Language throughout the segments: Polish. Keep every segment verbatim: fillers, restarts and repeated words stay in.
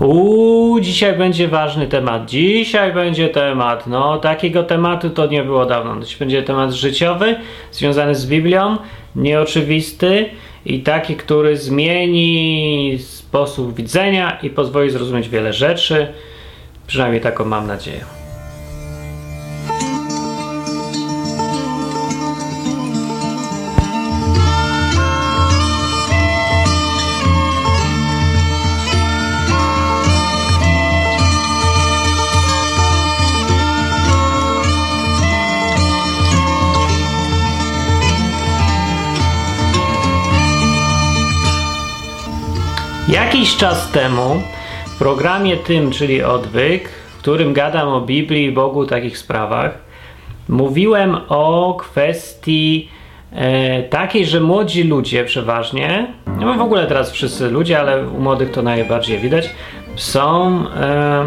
Uuu, dzisiaj będzie ważny temat. Dzisiaj będzie temat. No, takiego tematu to nie było dawno. Dziś będzie temat życiowy, związany z Biblią, nieoczywisty i taki, który zmieni sposób widzenia i pozwoli zrozumieć wiele rzeczy. Przynajmniej taką mam nadzieję. Jakiś czas temu w programie tym, czyli Odwyk, w którym gadam o Biblii i Bogu, takich sprawach, mówiłem o kwestii e, takiej, że młodzi ludzie przeważnie, no w ogóle teraz wszyscy ludzie, ale u młodych to najbardziej widać, są e,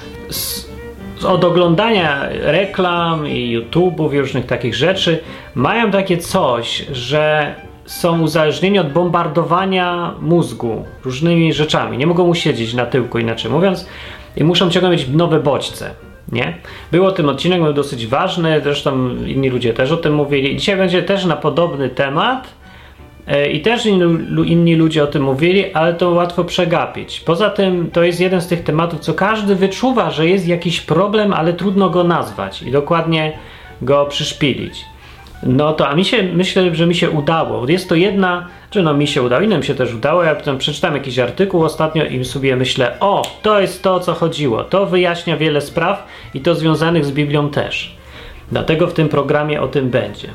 z, od oglądania reklam i YouTube'ów i różnych takich rzeczy, mają takie coś, że są uzależnieni od bombardowania mózgu różnymi rzeczami. Nie mogą usiedzieć na tyłku, inaczej mówiąc, i muszą ciągle mieć nowe bodźce, nie? Był o tym odcinek, był dosyć ważny, zresztą inni ludzie też o tym mówili. Dzisiaj będzie też na podobny temat yy, i też inni, inni ludzie o tym mówili, ale to łatwo przegapić. Poza tym to jest jeden z tych tematów, co każdy wyczuwa, że jest jakiś problem, ale trudno go nazwać i dokładnie go przyszpilić. No to, a mi się, myślę, że mi się udało. Jest to jedna, czy no mi się udało, innym się też udało. Ja potem przeczytałem jakiś artykuł ostatnio i sobie myślę, o, to jest to, o co chodziło. To wyjaśnia wiele spraw i to związanych z Biblią też. Dlatego w tym programie o tym będzie.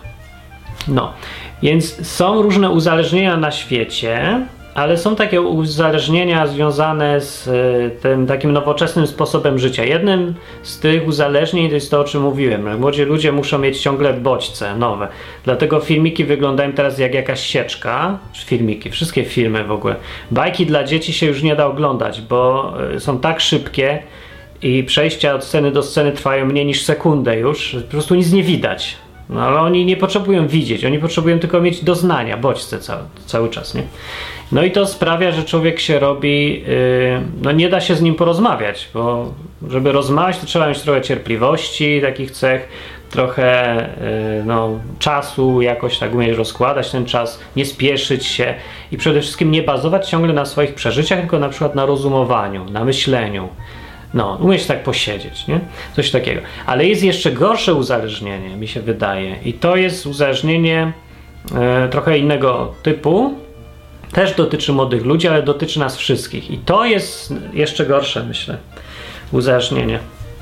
No, więc są różne uzależnienia na świecie, ale są takie uzależnienia związane z y, tym takim nowoczesnym sposobem życia. Jednym z tych uzależnień to jest to, o czym mówiłem. Młodzi ludzie muszą mieć ciągle bodźce nowe. Dlatego filmiki wyglądają teraz jak jakaś sieczka. Filmiki, wszystkie filmy w ogóle. Bajki dla dzieci się już nie da oglądać, bo y, są tak szybkie i przejścia od sceny do sceny trwają mniej niż sekundę już. Po prostu nic nie widać. No ale oni nie potrzebują widzieć, oni potrzebują tylko mieć doznania, bodźce cały, cały czas, nie? No i to sprawia, że człowiek się robi, yy, no nie da się z nim porozmawiać, bo żeby rozmawiać, to trzeba mieć trochę cierpliwości, takich cech, trochę yy, no, czasu, jakoś tak umieć rozkładać ten czas, nie spieszyć się i przede wszystkim nie bazować ciągle na swoich przeżyciach, tylko na przykład na rozumowaniu, na myśleniu. No, umieć tak posiedzieć, nie? Coś takiego. Ale jest jeszcze gorsze uzależnienie, mi się wydaje. I to jest uzależnienie e, trochę innego typu. Też dotyczy młodych ludzi, ale dotyczy nas wszystkich. I to jest jeszcze gorsze, myślę, uzależnienie.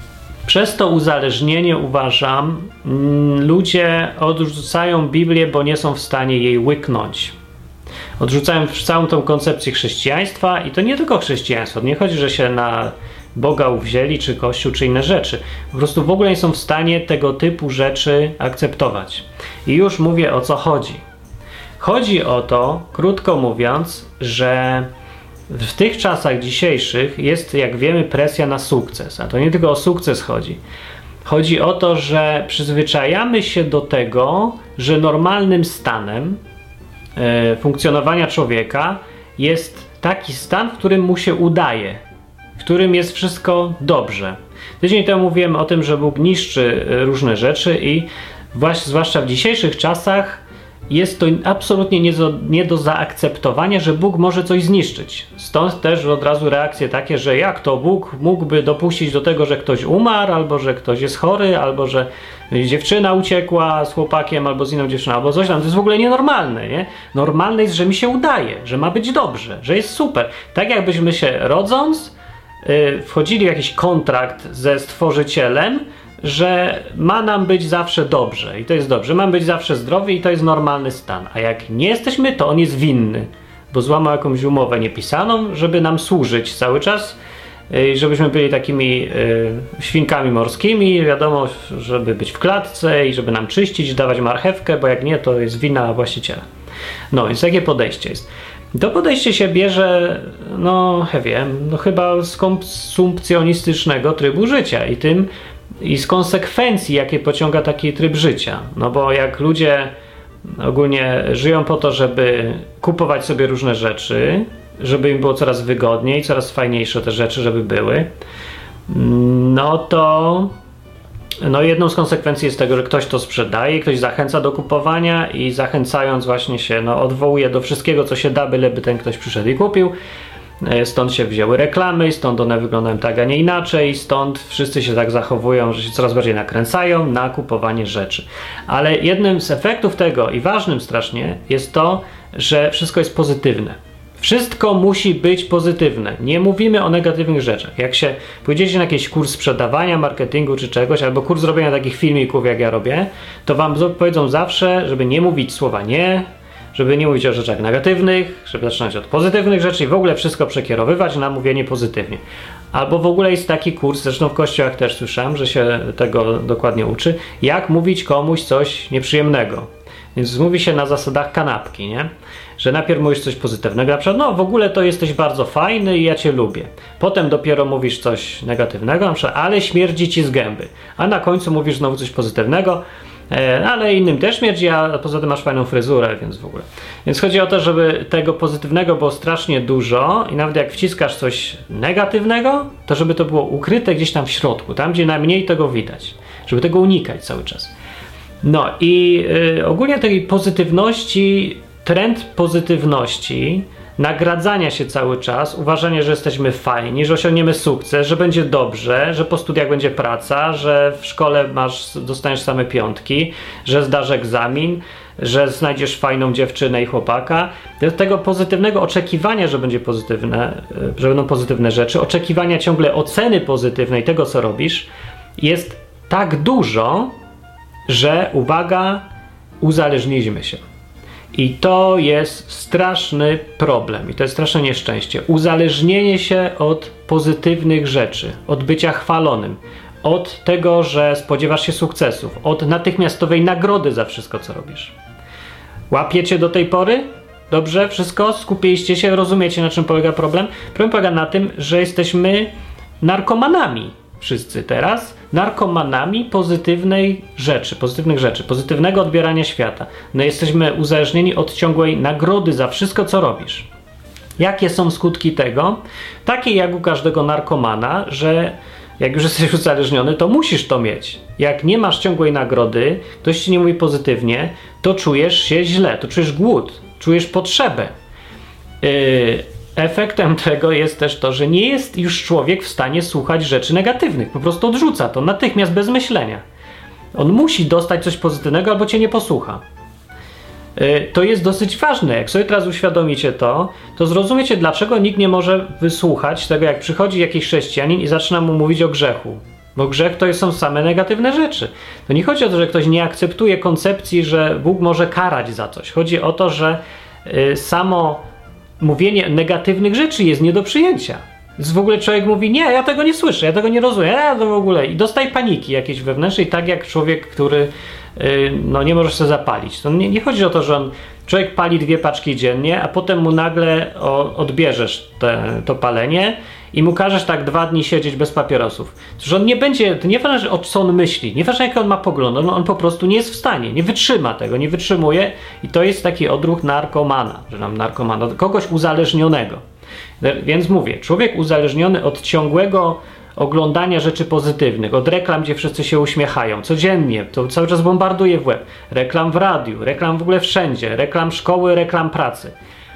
Przez to uzależnienie, uważam, m, ludzie odrzucają Biblię, bo nie są w stanie jej łyknąć. Odrzucają całą tą koncepcję chrześcijaństwa i to nie tylko chrześcijaństwo. Nie chodzi, że się na Boga uwzięli, czy Kościół, czy inne rzeczy. Po prostu w ogóle nie są w stanie tego typu rzeczy akceptować. I już mówię, o co chodzi. Chodzi o to, krótko mówiąc, że w tych czasach dzisiejszych jest, jak wiemy, presja na sukces. A to nie tylko o sukces chodzi. Chodzi o to, że przyzwyczajamy się do tego, że normalnym stanem e, funkcjonowania człowieka jest taki stan, w którym mu się udaje, w którym jest wszystko dobrze. Tydzień temu mówiłem o tym, że Bóg niszczy różne rzeczy i właśnie, zwłaszcza w dzisiejszych czasach jest to absolutnie nie do, nie do zaakceptowania, że Bóg może coś zniszczyć. Stąd też od razu reakcje takie, że jak to Bóg mógłby dopuścić do tego, że ktoś umarł, albo że ktoś jest chory, albo że dziewczyna uciekła z chłopakiem, albo z inną dziewczyną, albo coś tam. To jest w ogóle nienormalne, nie? Normalne jest, że mi się udaje, że ma być dobrze, że jest super. Tak jakbyśmy się rodząc wchodzili w jakiś kontrakt ze Stworzycielem, że ma nam być zawsze dobrze i to jest dobrze, mamy być zawsze zdrowi i to jest normalny stan, a jak nie jesteśmy, to on jest winny, bo złamał jakąś umowę niepisaną, żeby nam służyć cały czas i żebyśmy byli takimi y, świnkami morskimi, wiadomo, żeby być w klatce i żeby nam czyścić, dawać marchewkę, bo jak nie, to jest wina właściciela. No więc takie podejście jest. To podejście się bierze, no ja wiem, no chyba z konsumpcjonistycznego trybu życia i tym i z konsekwencji, jakie pociąga taki tryb życia. No bo jak ludzie ogólnie żyją po to, żeby kupować sobie różne rzeczy żeby im było coraz wygodniej, coraz fajniejsze te rzeczy, żeby były, no to no jedną z konsekwencji jest tego, że ktoś to sprzedaje, ktoś zachęca do kupowania i zachęcając właśnie się, no odwołuje do wszystkiego, co się da, byleby ten ktoś przyszedł i kupił. Stąd się wzięły reklamy, stąd one wyglądają tak, a nie inaczej, stąd wszyscy się tak zachowują, że się coraz bardziej nakręcają na kupowanie rzeczy. Ale jednym z efektów tego i ważnym strasznie jest to, że wszystko jest pozytywne. Wszystko musi być pozytywne. Nie mówimy o negatywnych rzeczach. Jak się pójdziecie na jakiś kurs sprzedawania, marketingu czy czegoś, albo kurs robienia takich filmików, jak ja robię, to wam powiedzą zawsze, żeby nie mówić słowa nie, żeby nie mówić o rzeczach negatywnych, żeby zaczynać od pozytywnych rzeczy i w ogóle wszystko przekierowywać na mówienie pozytywnie. Albo w ogóle jest taki kurs, zresztą w kościołach też słyszałem, że się tego dokładnie uczy, jak mówić komuś coś nieprzyjemnego. Więc mówi się na zasadach kanapki, nie? Że najpierw mówisz coś pozytywnego, na przykład, no w ogóle to jesteś bardzo fajny i ja cię lubię. Potem dopiero mówisz coś negatywnego, na przykład, ale śmierdzi ci z gęby. A na końcu mówisz znowu coś pozytywnego, e, ale innym też śmierdzi, a poza tym masz fajną fryzurę, więc w ogóle. Więc chodzi o to, żeby tego pozytywnego było strasznie dużo i nawet jak wciskasz coś negatywnego, to żeby to było ukryte gdzieś tam w środku, tam gdzie najmniej tego widać, żeby tego unikać cały czas. No i y, ogólnie tej pozytywności, trend pozytywności, nagradzania się cały czas, uważania, że jesteśmy fajni, że osiągniemy sukces, że będzie dobrze, że po studiach będzie praca, że w szkole masz, dostaniesz same piątki, że zdasz egzamin, że znajdziesz fajną dziewczynę i chłopaka. Tego pozytywnego oczekiwania, że będzie pozytywne, że będą pozytywne rzeczy, oczekiwania ciągle oceny pozytywnej tego, co robisz, jest tak dużo, że, uwaga, uzależniliśmy się. I to jest straszny problem i to jest straszne nieszczęście. Uzależnienie się od pozytywnych rzeczy, od bycia chwalonym, od tego, że spodziewasz się sukcesów, od natychmiastowej nagrody za wszystko, co robisz. Łapiecie do tej pory? Dobrze? Wszystko? Skupiliście się? Rozumiecie, na czym polega problem? Problem polega na tym, że jesteśmy narkomanami. Wszyscy teraz narkomanami pozytywnej rzeczy, pozytywnych rzeczy, pozytywnego odbierania świata. No jesteśmy uzależnieni od ciągłej nagrody za wszystko, co robisz. Jakie są skutki tego? Takie jak u każdego narkomana, że jak już jesteś uzależniony, to musisz to mieć. Jak nie masz ciągłej nagrody, ktoś ci nie mówi pozytywnie, to czujesz się źle, to czujesz głód, czujesz potrzebę. Yy, Efektem tego jest też to, że nie jest już człowiek w stanie słuchać rzeczy negatywnych. Po prostu odrzuca to natychmiast, bez myślenia. On musi dostać coś pozytywnego, albo cię nie posłucha. Yy, to jest dosyć ważne. Jak sobie teraz uświadomicie to, to zrozumiecie, dlaczego nikt nie może wysłuchać tego, jak przychodzi jakiś chrześcijanin i zaczyna mu mówić o grzechu. Bo grzech to są same negatywne rzeczy. To nie chodzi o to, że ktoś nie akceptuje koncepcji, że Bóg może karać za coś. Chodzi o to, że yy, samo mówienie negatywnych rzeczy jest nie do przyjęcia. Więc w ogóle człowiek mówi, nie, ja tego nie słyszę, ja tego nie rozumiem, ja to w ogóle. I dostaje paniki jakiejś wewnętrznej, tak jak człowiek, który yy, no nie może się zapalić. To nie, nie chodzi o to, że on, człowiek pali dwie paczki dziennie, a potem mu nagle o, odbierzesz te, to palenie i mu każesz tak dwa dni siedzieć bez papierosów. Że on nie będzie, to nie ważne, o co on myśli, nie ważne, jaki on ma pogląd, on, on po prostu nie jest w stanie, nie wytrzyma tego, nie wytrzymuje i to jest taki odruch narkomana, że nam narkomana, kogoś uzależnionego. Więc mówię, człowiek uzależniony od ciągłego oglądania rzeczy pozytywnych, od reklam, gdzie wszyscy się uśmiechają, codziennie, to cały czas bombarduje w łeb, reklam w radiu, reklam w ogóle wszędzie, reklam szkoły, reklam pracy.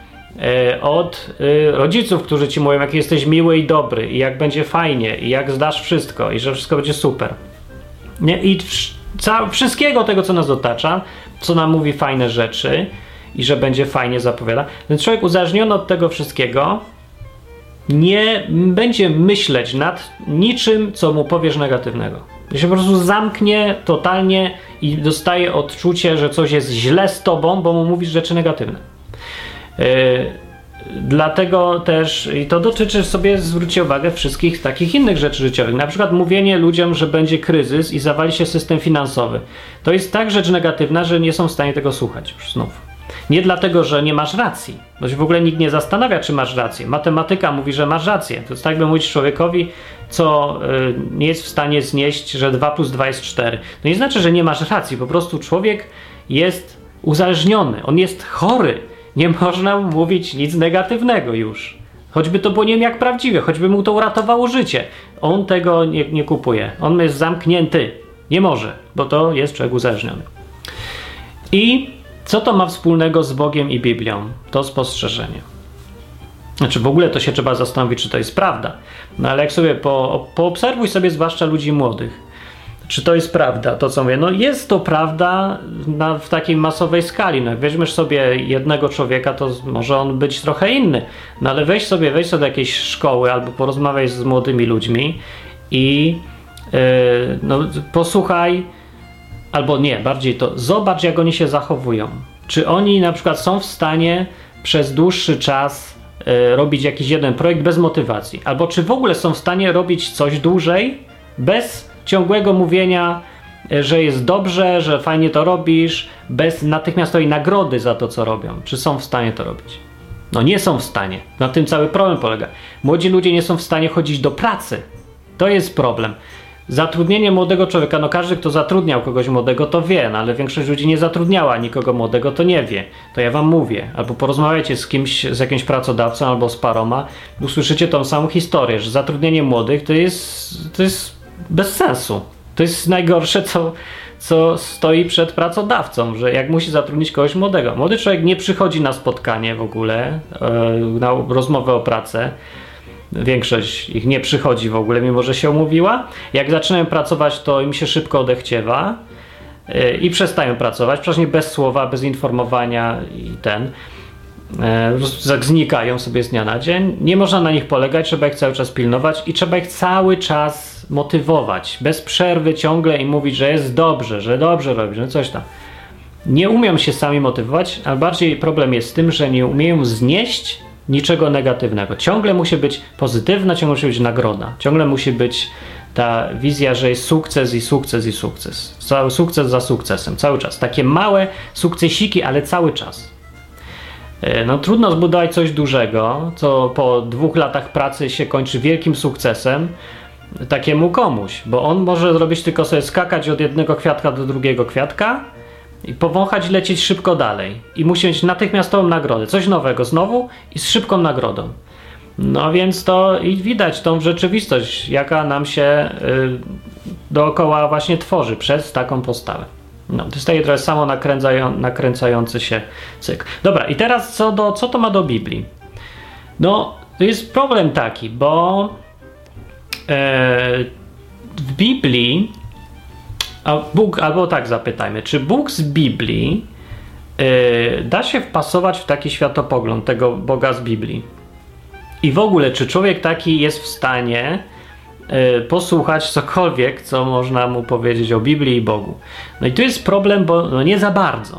Od y, rodziców, którzy ci mówią, jak jesteś miły i dobry i jak będzie fajnie i jak zdasz wszystko i że wszystko będzie super. Nie? I ca- wszystkiego tego, co nas otacza, co nam mówi fajne rzeczy i że będzie fajnie zapowiada. Więc człowiek uzależniony od tego wszystkiego nie będzie myśleć nad niczym, co mu powiesz negatywnego. się po prostu zamknie totalnie i dostaje odczucie, że coś jest źle z tobą, bo mu mówisz rzeczy negatywne. Yy, dlatego też, i to dotyczy sobie, zwróćcie uwagę, wszystkich takich innych rzeczy życiowych. Na przykład mówienie ludziom, że będzie kryzys i zawali się system finansowy. To jest tak rzecz negatywna, że nie są w stanie tego słuchać już znów. Nie dlatego, że nie masz racji, bo się w ogóle nikt nie zastanawia, czy masz rację. Matematyka mówi, że masz rację. To jest tak, by mówić człowiekowi, co y, nie jest w stanie znieść, że dwa plus dwa jest cztery. To nie znaczy, że nie masz racji, po prostu człowiek jest uzależniony, on jest chory. nie można mu mówić nic negatywnego już. Choćby to było nie wiem jak prawdziwe, choćby mu to uratowało życie. On tego nie, nie kupuje. On jest zamknięty. Nie może, bo to jest człowiek uzależniony. I co to ma wspólnego z Bogiem i Biblią? To spostrzeżenie. Znaczy w ogóle to się trzeba zastanowić, czy to jest prawda. No ale jak sobie po, poobserwuj sobie zwłaszcza ludzi młodych. Czy to jest prawda, to co mówię? No jest to prawda na, w takiej masowej skali. No jak weźmiesz sobie jednego człowieka, to może on być trochę inny. No ale weź sobie, weź sobie do jakiejś szkoły albo porozmawiaj z młodymi ludźmi i yy, no, posłuchaj, albo nie, bardziej to zobacz, jak oni się zachowują. Czy oni na przykład są w stanie przez dłuższy czas yy, robić jakiś jeden projekt bez motywacji? Albo czy w ogóle są w stanie robić coś dłużej bez ciągłego mówienia, że jest dobrze, że fajnie to robisz, bez natychmiastowej nagrody za to, co robią. Czy są w stanie to robić? No nie są w stanie. Na tym cały problem polega. Młodzi ludzie nie są w stanie chodzić do pracy. To jest problem. Zatrudnienie młodego człowieka, no każdy, kto zatrudniał kogoś młodego, to wie, no ale większość ludzi nie zatrudniała nikogo młodego, to nie wie. To ja wam mówię. Albo porozmawiajcie z kimś, z jakimś pracodawcą, albo z paroma, usłyszycie tą samą historię, że zatrudnienie młodych to jest, to jest bez sensu. To jest najgorsze, co, co stoi przed pracodawcą, że jak musi zatrudnić kogoś młodego. Młody człowiek nie przychodzi na spotkanie w ogóle, na rozmowę o pracę. Większość ich nie przychodzi w ogóle, mimo że się umówiła. Jak zaczynają pracować, to im się szybko odechciewa i przestają pracować. Przecież bez słowa, bez informowania i ten. Znikają sobie z dnia na dzień. Nie można na nich polegać, trzeba ich cały czas pilnować i trzeba ich cały czas motywować, bez przerwy ciągle i mówić, że jest dobrze, że dobrze robisz, że coś tam. Nie umiem się sami motywować, ale bardziej problem jest z tym, że nie umieją znieść niczego negatywnego. Ciągle musi być pozytywna, ciągle musi być nagroda, ciągle musi być ta wizja, że jest sukces i sukces i sukces. Cały sukces za sukcesem, cały czas. Takie małe sukcesiki, ale cały czas. No trudno zbudować coś dużego, co po dwóch latach pracy się kończy wielkim sukcesem takiemu komuś, bo on może zrobić tylko sobie skakać od jednego kwiatka do drugiego kwiatka i powąchać, lecieć szybko dalej i musi mieć natychmiastową nagrodę, coś nowego znowu i z szybką nagrodą. No więc to i widać tą rzeczywistość, jaka nam się y, dookoła właśnie tworzy przez taką postawę. No, to jest taki trochę samo nakręcają, nakręcający się cykl. Dobra, i teraz co, do, co to ma do Biblii? No, to jest problem taki, bo e, w Biblii, a Bóg, albo tak zapytajmy, czy Bóg z Biblii e, da się wpasować w taki światopogląd tego Boga z Biblii? I w ogóle, czy człowiek taki jest w stanie posłuchać cokolwiek, co można mu powiedzieć o Biblii i Bogu. No i tu jest problem, bo no nie za bardzo.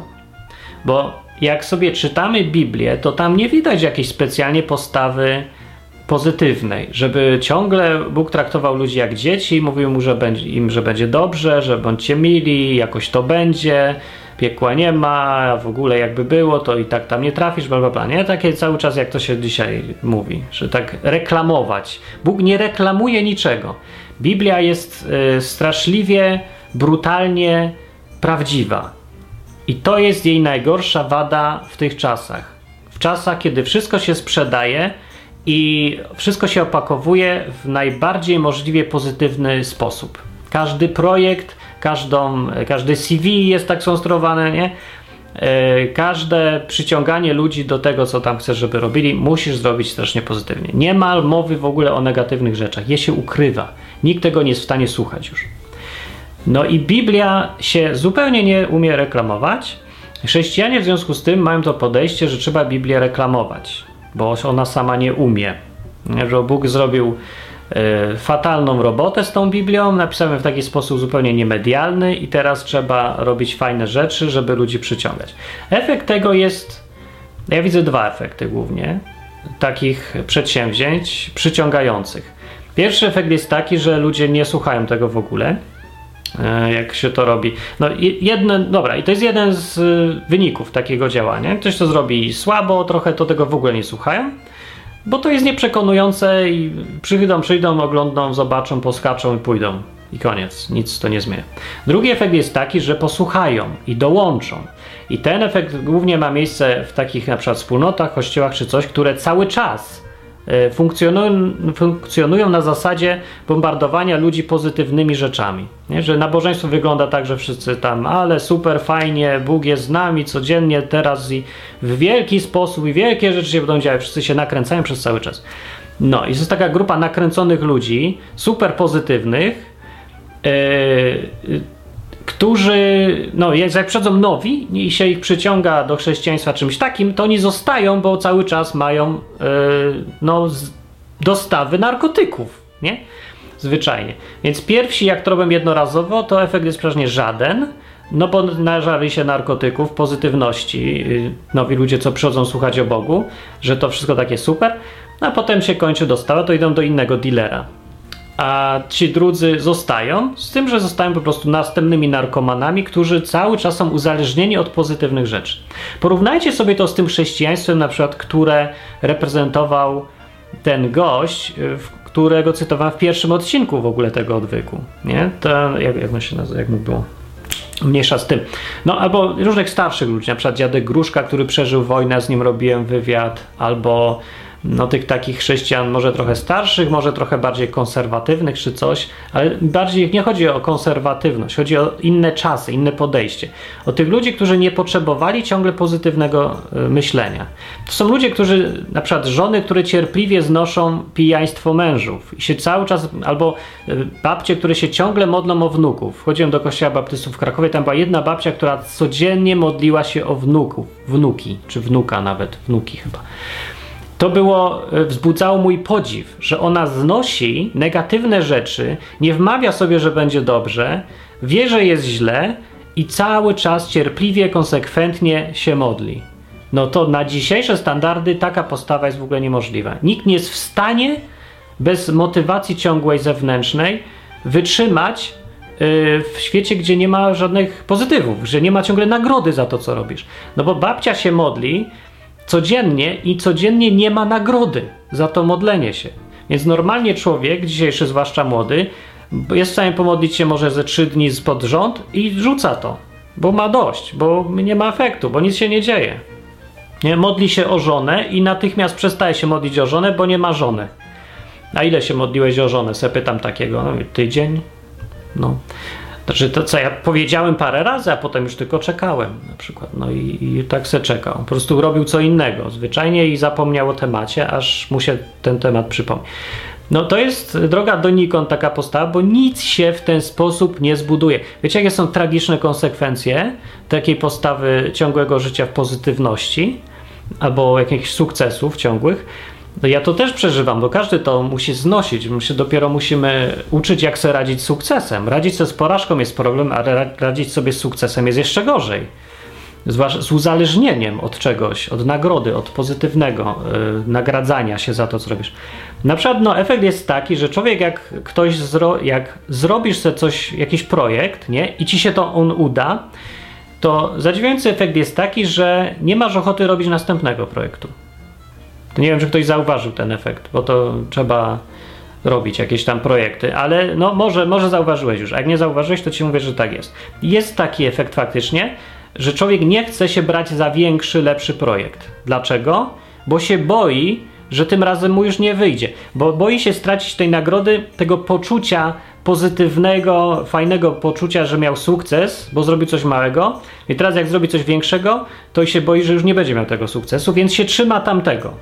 Bo jak sobie czytamy Biblię, to tam nie widać jakiejś specjalnie postawy pozytywnej, żeby ciągle Bóg traktował ludzi jak dzieci i mówił mu, że będzie, im, że będzie dobrze, że bądźcie mili, jakoś to będzie, piekła nie ma, a w ogóle jakby było, to i tak tam nie trafisz, bla, bla, bla. Nie? Takie cały czas, jak to się dzisiaj mówi, że tak reklamować. Bóg nie reklamuje niczego. Biblia jest y, straszliwie, brutalnie prawdziwa. I to jest jej najgorsza wada w tych czasach. W czasach, kiedy wszystko się sprzedaje i wszystko się opakowuje w najbardziej możliwie pozytywny sposób. Każdy projekt, każdą, każdy C V jest tak skonstruowane, nie? E, każde przyciąganie ludzi do tego, co tam chcesz, żeby robili, musisz zrobić strasznie pozytywnie. Nie ma mowy w ogóle o negatywnych rzeczach. Je się ukrywa. Nikt tego nie jest w stanie słuchać już. No i Biblia się zupełnie nie umie reklamować. Chrześcijanie w związku z tym mają to podejście, że trzeba Biblię reklamować, bo ona sama nie umie. Że Bóg zrobił y, fatalną robotę z tą Biblią, napisał ją w taki sposób zupełnie niemedialny i teraz trzeba robić fajne rzeczy, żeby ludzi przyciągać. Efekt tego jest, ja widzę dwa efekty głównie takich przedsięwzięć przyciągających. Pierwszy efekt jest taki, że ludzie nie słuchają tego w ogóle, jak się to robi. No jedno, dobra, i to jest jeden z wyników takiego działania. Ktoś to zrobi słabo, trochę to tego w ogóle nie słuchają, bo to jest nieprzekonujące i przyjdą, przyjdą, oglądną, zobaczą, poskaczą i pójdą. i koniec, nic to nie zmienia. Drugi efekt jest taki, że posłuchają i dołączą. I ten efekt głównie ma miejsce w takich na przykład wspólnotach, kościołach czy coś, które cały czas funkcjonują, funkcjonują na zasadzie bombardowania ludzi pozytywnymi rzeczami. Nie? Że nabożeństwo wygląda tak, że wszyscy tam, ale super, fajnie, Bóg jest z nami codziennie, teraz i w wielki sposób i wielkie rzeczy się będą działy, wszyscy się nakręcają przez cały czas. No i jest taka grupa nakręconych ludzi, super pozytywnych, yy, którzy, no jak przychodzą nowi i się ich przyciąga do chrześcijaństwa czymś takim, to oni zostają, bo cały czas mają yy, no, dostawy narkotyków, nie? Zwyczajnie. Więc pierwsi, jak to robią jednorazowo, to efekt jest przecież żaden, no bo nażarli się narkotyków, pozytywności, yy, nowi ludzie, co przychodzą słuchać o Bogu, że to wszystko takie super, a potem się kończy dostawa, to idą do innego dealera. A ci drudzy zostają, z tym, że zostają po prostu następnymi narkomanami, którzy cały czas są uzależnieni od pozytywnych rzeczy. Porównajcie sobie to z tym chrześcijaństwem, na przykład, które reprezentował ten gość, którego cytowałem w pierwszym odcinku w ogóle tego odwyku. Nie? To, jak, jak, się nazywa, jak mu było? Mniejsza z tym. No albo różnych starszych ludzi, na przykład dziadek Gruszka, który przeżył wojnę, z nim robiłem wywiad, albo no tych takich chrześcijan może trochę starszych, może trochę bardziej konserwatywnych czy coś, ale bardziej nie chodzi o konserwatywność, chodzi o inne czasy, inne podejście. O tych ludzi, którzy nie potrzebowali ciągle pozytywnego y, myślenia. To są ludzie, którzy, na przykład żony, które cierpliwie znoszą pijaństwo mężów i się cały czas, albo y, babcie, które się ciągle modlą o wnuków. Chodziłem do kościoła baptystów w Krakowie, tam była jedna babcia, która codziennie modliła się o wnuków, wnuki, czy wnuka nawet, wnuki chyba. To było, wzbudzało mój podziw, że ona znosi negatywne rzeczy, nie wmawia sobie, że będzie dobrze, wie, że jest źle i cały czas cierpliwie, konsekwentnie się modli. No to na dzisiejsze standardy taka postawa jest w ogóle niemożliwa. Nikt nie jest w stanie bez motywacji ciągłej zewnętrznej wytrzymać yy, w świecie, gdzie nie ma żadnych pozytywów, że nie ma ciągle nagrody za to, co robisz. No bo babcia się modli codziennie i codziennie nie ma nagrody za to modlenie się. Więc normalnie człowiek, dzisiejszy zwłaszcza młody, jest w stanie pomodlić się może ze trzy dni pod rząd i rzuca to, bo ma dość, bo nie ma efektu, bo nic się nie dzieje. Nie? Modli się o żonę i natychmiast przestaje się modlić o żonę, bo nie ma żony. A ile się modliłeś o żonę? Se pytam takiego, no, tydzień? No. Znaczy to, co ja powiedziałem parę razy, a potem już tylko czekałem na przykład. No i, i tak se czekał. Po prostu robił co innego zwyczajnie i zapomniał o temacie, aż mu się ten temat przypomni. No to jest droga donikąd taka postawa, bo nic się w ten sposób nie zbuduje. Wiecie, jakie są tragiczne konsekwencje takiej postawy ciągłego życia w pozytywności albo jakichś sukcesów ciągłych? No ja to też przeżywam, bo każdy to musi znosić. My się dopiero musimy uczyć, jak sobie radzić z sukcesem. Radzić sobie z porażką jest problem, a radzić sobie z sukcesem jest jeszcze gorzej. Zwłaszcza z uzależnieniem od czegoś, od nagrody, od pozytywnego yy, nagradzania się za to, co robisz. Na przykład no, efekt jest taki, że człowiek jak ktoś, zro, jak zrobisz sobie coś, jakiś projekt, nie, i ci się to on uda, to zadziwiający efekt jest taki, że nie masz ochoty robić następnego projektu. To nie wiem, czy ktoś zauważył ten efekt, bo to trzeba robić jakieś tam projekty, ale no może, może zauważyłeś już. A jak nie zauważyłeś, to ci mówię, że tak jest. Jest taki efekt faktycznie, że człowiek nie chce się brać za większy, lepszy projekt. Dlaczego? Bo się boi, że tym razem mu już nie wyjdzie. Bo boi się stracić tej nagrody, tego poczucia pozytywnego, fajnego poczucia, że miał sukces, bo zrobił coś małego. I teraz jak zrobi coś większego, to się boi, że już nie będzie miał tego sukcesu, więc się trzyma tamtego.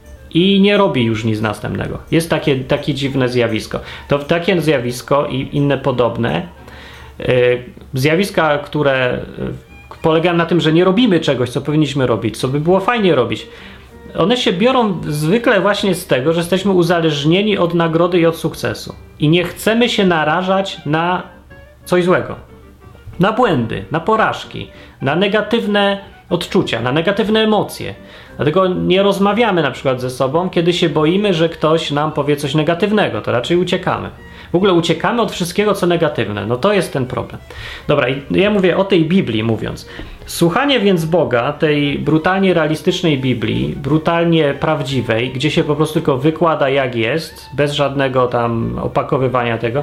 I nie robi już nic następnego. Jest takie, takie dziwne zjawisko. To takie zjawisko i inne podobne, yy, zjawiska, które yy, polegają na tym, że nie robimy czegoś, co powinniśmy robić, co by było fajnie robić, one się biorą zwykle właśnie z tego, że jesteśmy uzależnieni od nagrody i od sukcesu. I nie chcemy się narażać na coś złego. Na błędy, na porażki, na negatywne odczucia, na negatywne emocje. Dlatego nie rozmawiamy na przykład ze sobą, kiedy się boimy, że ktoś nam powie coś negatywnego, to raczej uciekamy. W ogóle uciekamy od wszystkiego, co negatywne. No to jest ten problem. Dobra, i ja mówię o tej Biblii mówiąc. Słuchanie więc Boga, tej brutalnie realistycznej Biblii, brutalnie prawdziwej, gdzie się po prostu tylko wykłada jak jest, bez żadnego tam opakowywania tego,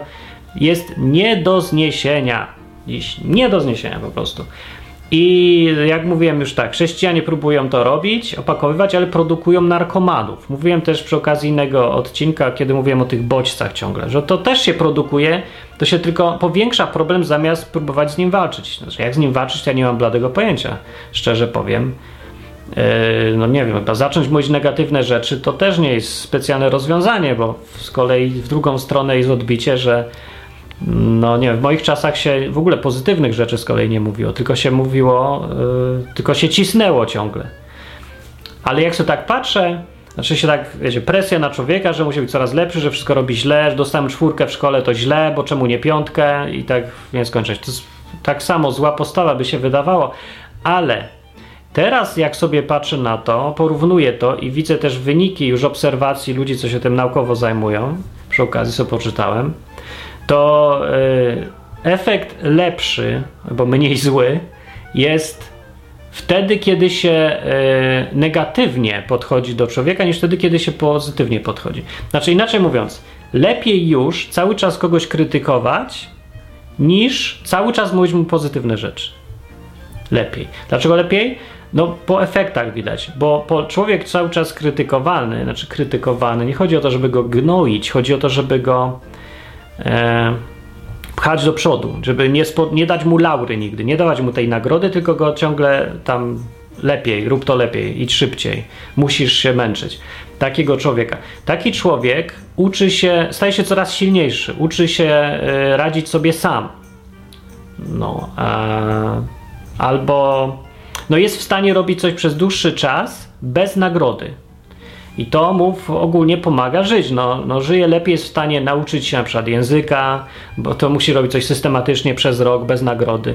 jest nie do zniesienia. Dziś nie do zniesienia po prostu. I jak mówiłem już tak, chrześcijanie próbują to robić, opakowywać, ale produkują narkomanów. Mówiłem też przy okazji innego odcinka, kiedy mówiłem o tych bodźcach ciągle, że to też się produkuje, to się tylko powiększa problem zamiast próbować z nim walczyć. Znaczy, jak z nim walczyć, to ja nie mam bladego pojęcia, szczerze powiem. Yy, no nie wiem, chyba zacząć mówić negatywne rzeczy to też nie jest specjalne rozwiązanie, bo z kolei w drugą stronę jest odbicie, że no nie wiem, w moich czasach się w ogóle pozytywnych rzeczy z kolei nie mówiło, tylko się mówiło, yy, tylko się cisnęło ciągle. Ale jak sobie tak patrzę, znaczy się tak, wiecie, presja na człowieka, że musi być coraz lepszy, że wszystko robi źle, że dostałem czwórkę w szkole, to źle, bo czemu nie piątkę i tak nie skończyć. To jest tak samo zła postawa by się wydawało, ale teraz jak sobie patrzę na to, porównuję to i widzę też wyniki już obserwacji ludzi, co się tym naukowo zajmują, przy okazji sobie poczytałem, to y, efekt lepszy, albo mniej zły jest wtedy, kiedy się y, negatywnie podchodzi do człowieka, niż wtedy, kiedy się pozytywnie podchodzi. Znaczy inaczej mówiąc, lepiej już cały czas kogoś krytykować, niż cały czas mówić mu pozytywne rzeczy. Lepiej. Dlaczego lepiej? No po efektach widać, bo po człowiek cały czas krytykowany, znaczy krytykowany, nie chodzi o to, żeby go gnoić, chodzi o to, żeby go e, pchać do przodu, żeby nie, spo, nie dać mu laury nigdy, nie dawać mu tej nagrody, tylko go ciągle tam lepiej, rób to lepiej, idź szybciej, musisz się męczyć. Takiego człowieka. Taki człowiek uczy się, staje się coraz silniejszy, uczy się e, radzić sobie sam. No, e, albo no jest w stanie robić coś przez dłuższy czas bez nagrody. I to mu ogólnie pomaga żyć. No, no żyje lepiej, jest w stanie nauczyć się na przykład języka, bo to musi robić coś systematycznie przez rok bez nagrody.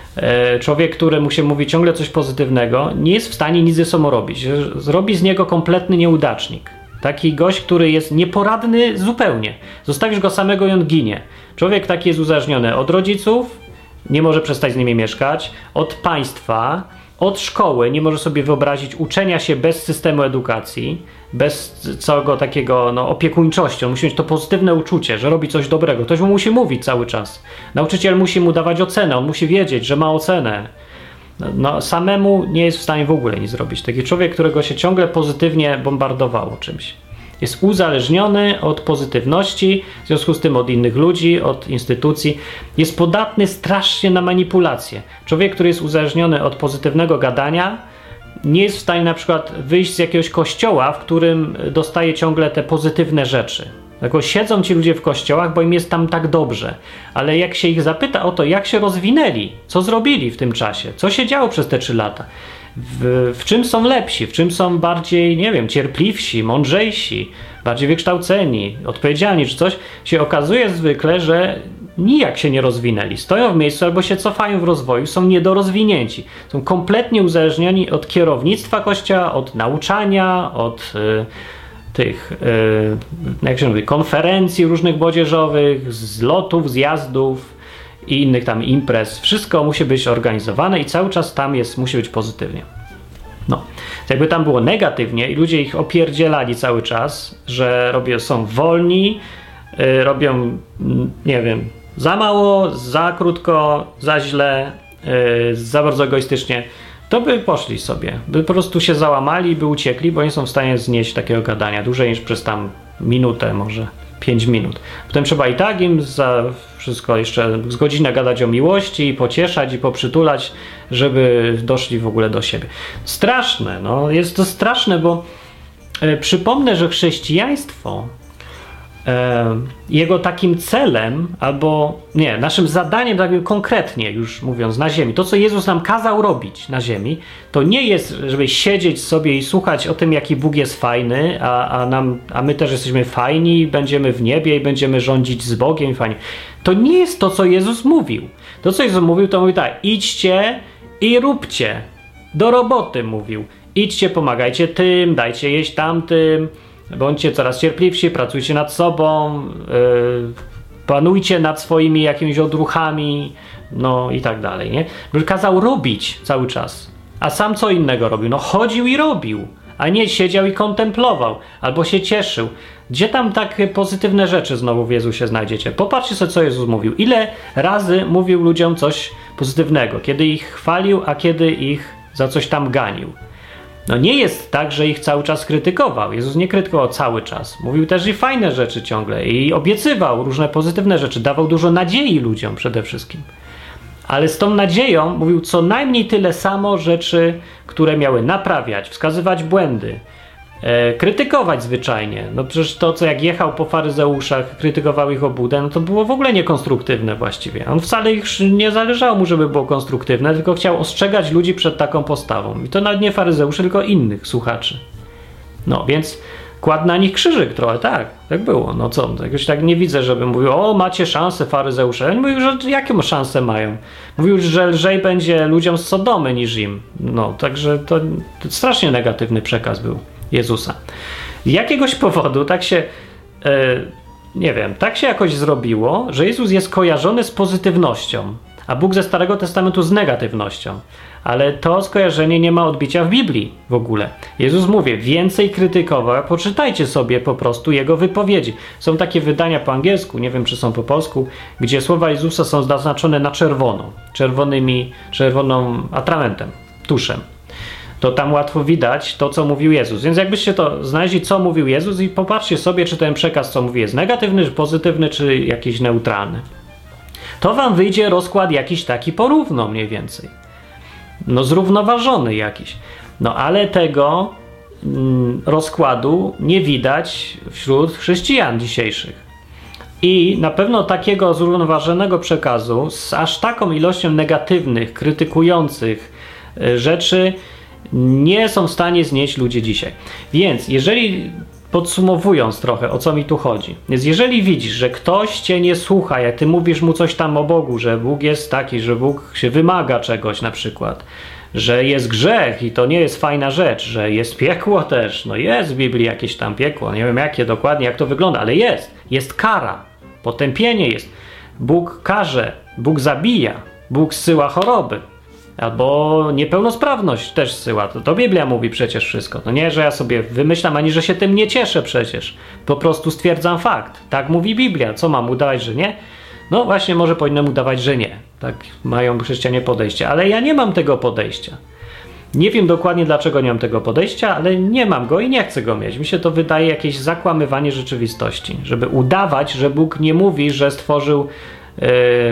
E, człowiek, któremu się mówi ciągle coś pozytywnego, nie jest w stanie nic ze sobą robić. Zrobi z niego kompletny nieudacznik. Taki gość, który jest nieporadny zupełnie. Zostawisz go samego i on ginie. Człowiek taki jest uzależniony od rodziców, nie może przestać z nimi mieszkać, od państwa, od szkoły, nie może sobie wyobrazić uczenia się bez systemu edukacji, bez całego takiego no, opiekuńczości. On musi mieć to pozytywne uczucie, że robi coś dobrego. Ktoś mu musi mówić cały czas. Nauczyciel musi mu dawać ocenę, on musi wiedzieć, że ma ocenę. No, samemu nie jest w stanie w ogóle nic zrobić. Taki człowiek, którego się ciągle pozytywnie bombardowało czymś. Jest uzależniony od pozytywności, w związku z tym od innych ludzi, od instytucji. Jest podatny strasznie na manipulacje. Człowiek, który jest uzależniony od pozytywnego gadania, nie jest w stanie na przykład wyjść z jakiegoś kościoła, w którym dostaje ciągle te pozytywne rzeczy. Tylko siedzą ci ludzie w kościołach, bo im jest tam tak dobrze. Ale jak się ich zapyta o to, jak się rozwinęli, co zrobili w tym czasie, co się działo przez te trzy lata, W, w czym są lepsi, w czym są bardziej, nie wiem, cierpliwsi, mądrzejsi, bardziej wykształceni, odpowiedzialni czy coś, się okazuje zwykle, że nijak się nie rozwinęli. Stoją w miejscu albo się cofają w rozwoju, są niedorozwinięci. Są kompletnie uzależnieni od kierownictwa kościoła, od nauczania, od y, tych, y, jak się mówi, konferencji różnych młodzieżowych, zlotów, zjazdów i innych tam imprez. Wszystko musi być organizowane i cały czas tam jest, musi być pozytywnie. No, jakby tam było negatywnie i ludzie ich opierdzielali cały czas, że robią, są wolni, yy, robią, nie wiem, za mało, za krótko, za źle, yy, za bardzo egoistycznie, to by poszli sobie, by po prostu się załamali, by uciekli, bo nie są w stanie znieść takiego gadania dłużej niż przez tam minutę może. pięć minut. Potem trzeba i tak im za wszystko jeszcze z godzinę gadać o miłości i pocieszać i poprzytulać, żeby doszli w ogóle do siebie. Straszne, no jest to straszne, bo e, przypomnę, że chrześcijaństwo e, jego takim celem, albo nie, naszym zadaniem takim konkretnie już mówiąc na ziemi, to co Jezus nam kazał robić na ziemi, to nie jest, żeby siedzieć sobie i słuchać o tym, jaki Bóg jest fajny, a, a, nam, a my też jesteśmy fajni, będziemy w niebie i będziemy rządzić z Bogiem fajnie. To nie jest to, co Jezus mówił. To, co Jezus mówił, to mówi tak, idźcie i róbcie. Do roboty mówił. Idźcie, pomagajcie tym, dajcie jeść tamtym, bądźcie coraz cierpliwsi, pracujcie nad sobą, yy, panujcie nad swoimi jakimiś odruchami, no i tak dalej, nie? Kazał robić cały czas, a sam co innego robił? No chodził i robił, a nie siedział i kontemplował, albo się cieszył. Gdzie tam takie pozytywne rzeczy znowu w Jezusie znajdziecie? Popatrzcie sobie, co Jezus mówił. Ile razy mówił ludziom coś pozytywnego? Kiedy ich chwalił, a kiedy ich za coś tam ganił. No nie jest tak, że ich cały czas krytykował. Jezus nie krytykował cały czas. Mówił też i fajne rzeczy ciągle i obiecywał różne pozytywne rzeczy. Dawał dużo nadziei ludziom przede wszystkim. Ale z tą nadzieją mówił co najmniej tyle samo rzeczy, które miały naprawiać, wskazywać błędy, e, krytykować zwyczajnie. No przecież to, co jak jechał po faryzeuszach, krytykował ich obłudę, no to było w ogóle niekonstruktywne właściwie. On wcale ich nie zależało mu, żeby było konstruktywne, tylko chciał ostrzegać ludzi przed taką postawą. I to nawet nie faryzeuszy, tylko innych słuchaczy. No więc kładł na nich krzyżyk trochę, tak, tak było. No co, jakoś tak nie widzę, żeby mówił, o macie szansę faryzeusze. On mówił, że jaką szansę mają? Mówił, że lżej będzie ludziom z Sodomy niż im. No, także to, to strasznie negatywny przekaz był Jezusa. Z jakiegoś powodu tak się, e, nie wiem, tak się jakoś zrobiło, że Jezus jest kojarzony z pozytywnością, a Bóg ze Starego Testamentu z negatywnością. Ale to skojarzenie nie ma odbicia w Biblii w ogóle. Jezus mówi, więcej krytykował, poczytajcie sobie po prostu jego wypowiedzi. Są takie wydania po angielsku, nie wiem czy są po polsku, gdzie słowa Jezusa są zaznaczone na czerwono, czerwonymi, czerwoną atramentem, tuszem. To tam łatwo widać to, co mówił Jezus. Więc jakbyście to znaleźli, co mówił Jezus i popatrzcie sobie, czy ten przekaz, co mówi, jest negatywny, czy pozytywny, czy jakiś neutralny. To wam wyjdzie rozkład jakiś taki porówno mniej więcej. No zrównoważony jakiś. No ale tego mm, rozkładu nie widać wśród chrześcijan dzisiejszych. I na pewno takiego zrównoważonego przekazu z aż taką ilością negatywnych, krytykujących y, rzeczy nie są w stanie znieść ludzie dzisiaj. Więc jeżeli, podsumowując trochę, o co mi tu chodzi, więc jeżeli widzisz, że ktoś cię nie słucha, jak ty mówisz mu coś tam o Bogu, że Bóg jest taki, że Bóg się wymaga czegoś na przykład, że jest grzech i to nie jest fajna rzecz, że jest piekło też, no jest w Biblii jakieś tam piekło, nie wiem jakie dokładnie, jak to wygląda, ale jest, jest kara, potępienie jest, Bóg karze, Bóg zabija, Bóg zsyła choroby, albo niepełnosprawność też zsyła. To, to Biblia mówi przecież wszystko. To nie, że ja sobie wymyślam, ani że się tym nie cieszę przecież. Po prostu stwierdzam fakt. Tak mówi Biblia. Co mam udawać, że nie? No właśnie może powinienem udawać, że nie. Tak mają chrześcijanie podejście. Ale ja nie mam tego podejścia. Nie wiem dokładnie dlaczego nie mam tego podejścia, ale nie mam go i nie chcę go mieć. Mi się to wydaje jakieś zakłamywanie rzeczywistości. Żeby udawać, że Bóg nie mówi, że stworzył Yy,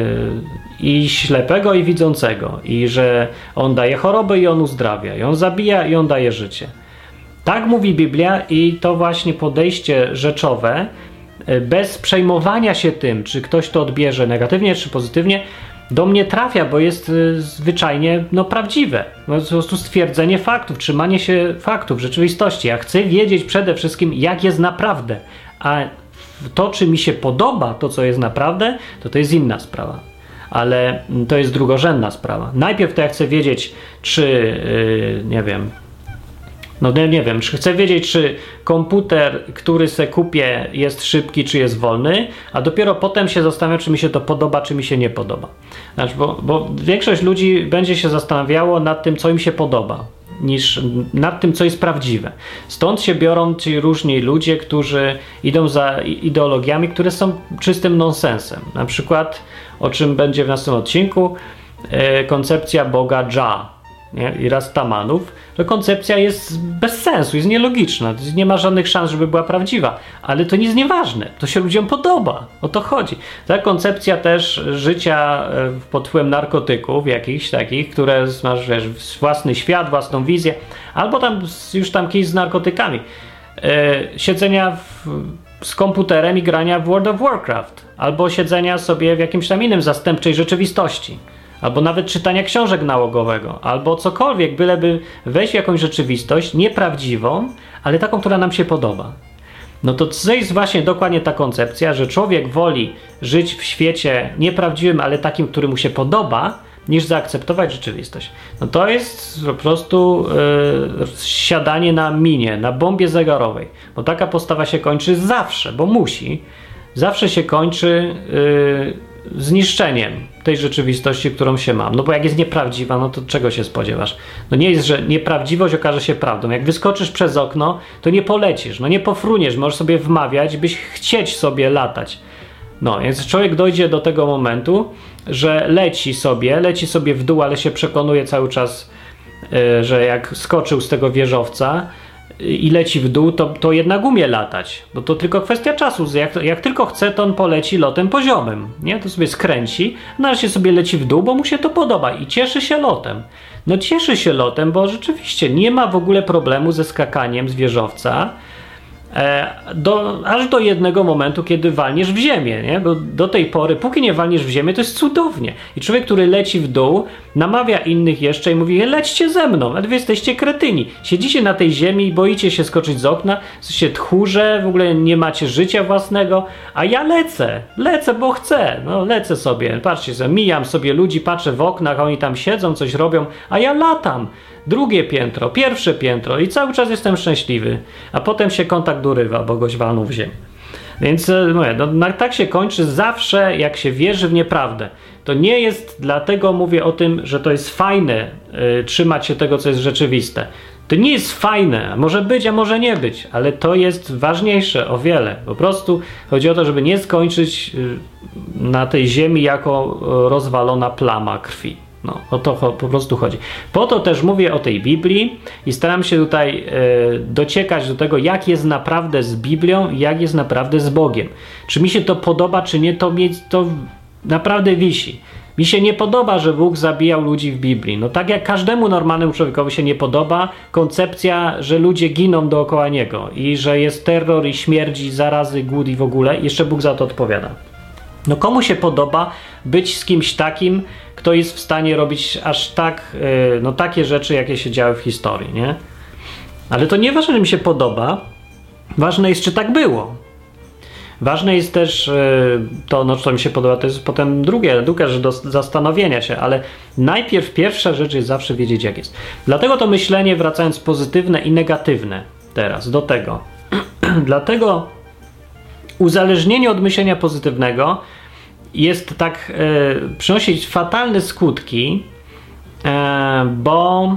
i ślepego, i widzącego, i że on daje choroby i on uzdrawia, i on zabija i on daje życie. Tak mówi Biblia i to właśnie podejście rzeczowe, yy, bez przejmowania się tym, czy ktoś to odbierze negatywnie, czy pozytywnie, do mnie trafia, bo jest yy, zwyczajnie no, prawdziwe. No, po prostu stwierdzenie faktów, trzymanie się faktów, rzeczywistości. Ja chcę wiedzieć przede wszystkim, jak jest naprawdę, a to, czy mi się podoba to, co jest naprawdę, to to jest inna sprawa. Ale to jest drugorzędna sprawa. Najpierw to ja chcę wiedzieć, czy, yy, nie wiem, no nie, nie wiem, czy chcę wiedzieć, czy komputer, który se kupię, jest szybki, czy jest wolny, a dopiero potem się zastanawiam, czy mi się to podoba, czy mi się nie podoba. Znaczy, bo, bo większość ludzi będzie się zastanawiało nad tym, co im się podoba, niż nad tym, co jest prawdziwe. Stąd się biorą ci różni ludzie, którzy idą za ideologiami, które są czystym nonsensem. Na przykład, o czym będzie w następnym odcinku, e, koncepcja Boga Dża, nie? I Rastamanów, to koncepcja jest bez sensu, jest nielogiczna, nie ma żadnych szans, żeby była prawdziwa, ale to nie jest nieważne, to się ludziom podoba, o to chodzi. Ta koncepcja też życia pod wpływem narkotyków jakichś takich, które masz, wiesz, własny świat, własną wizję, albo tam już tam kiedyś z narkotykami, e, siedzenia w, z komputerem i grania w World of Warcraft, albo siedzenia sobie w jakimś tam innym zastępczej rzeczywistości. Albo nawet czytania książek nałogowego, albo cokolwiek, byleby wejść w jakąś rzeczywistość nieprawdziwą, ale taką, która nam się podoba. No to to jest właśnie dokładnie ta koncepcja, że człowiek woli żyć w świecie nieprawdziwym, ale takim, który mu się podoba, niż zaakceptować rzeczywistość. No to jest po prostu yy, siadanie na minie, na bombie zegarowej, bo taka postawa się kończy zawsze, bo musi. Zawsze się kończy yy, zniszczeniem tej rzeczywistości, którą się mam. No bo jak jest nieprawdziwa, no to czego się spodziewasz? No nie jest, że nieprawdziwość okaże się prawdą. Jak wyskoczysz przez okno, to nie polecisz, no nie pofruniesz, możesz sobie wmawiać, byś chcieć sobie latać. No, więc człowiek dojdzie do tego momentu, że leci sobie, leci sobie w dół, ale się przekonuje cały czas, yy, że jak skoczył z tego wieżowca i leci w dół, to, to jednak umie latać, bo to tylko kwestia czasu. Jak, jak tylko chce, to on poleci lotem poziomym, nie? To sobie skręci, nareszcie sobie leci w dół, bo mu się to podoba i cieszy się lotem. No cieszy się lotem, bo rzeczywiście nie ma w ogóle problemu ze skakaniem z wieżowca, e, do, aż do jednego momentu, kiedy walniesz w ziemię, nie? Bo do tej pory, póki nie walniesz w ziemię, to jest cudownie. I człowiek, który leci w dół, namawia innych jeszcze i mówi: lećcie ze mną, a wy jesteście kretyni. Siedzicie na tej ziemi i boicie się skoczyć z okna, jesteście tchórze, w ogóle nie macie życia własnego, a ja lecę, lecę, bo chcę, no lecę sobie, patrzcie sobie, mijam sobie ludzi, patrzę w oknach, oni tam siedzą, coś robią, a ja latam. Drugie piętro, pierwsze piętro i cały czas jestem szczęśliwy, a potem się kontakt urywa, bo goś walnął w ziemię. Więc mówię, no, no, tak się kończy zawsze, jak się wierzy w nieprawdę. To nie jest, dlatego mówię o tym, że to jest fajne y, trzymać się tego, co jest rzeczywiste. To nie jest fajne, może być, a może nie być, ale to jest ważniejsze o wiele. Po prostu chodzi o to, żeby nie skończyć y, na tej ziemi jako rozwalona plama krwi. No, o to po prostu chodzi. Po to też mówię o tej Biblii i staram się tutaj e, dociekać do tego, jak jest naprawdę z Biblią i jak jest naprawdę z Bogiem. Czy mi się to podoba, czy nie, to, mi, to naprawdę wisi. Mi się nie podoba, że Bóg zabijał ludzi w Biblii. No tak jak każdemu normalnemu człowiekowi się nie podoba koncepcja, że ludzie giną dookoła niego i że jest terror i śmierć, zarazy, głód i w ogóle. Jeszcze Bóg za to odpowiada. No komu się podoba być z kimś takim, kto jest w stanie robić aż tak, yy, no takie rzeczy, jakie się działy w historii, nie? Ale to nie ważne, że mi się podoba, ważne jest, czy tak było. Ważne jest też yy, to, no co mi się podoba, to jest potem drugie, druga rzecz do zastanowienia się, ale najpierw pierwsza rzecz jest zawsze wiedzieć, jak jest. Dlatego to myślenie, wracając pozytywne i negatywne teraz do tego, dlatego uzależnienie od myślenia pozytywnego jest tak, e, przynosić fatalne skutki, e, bo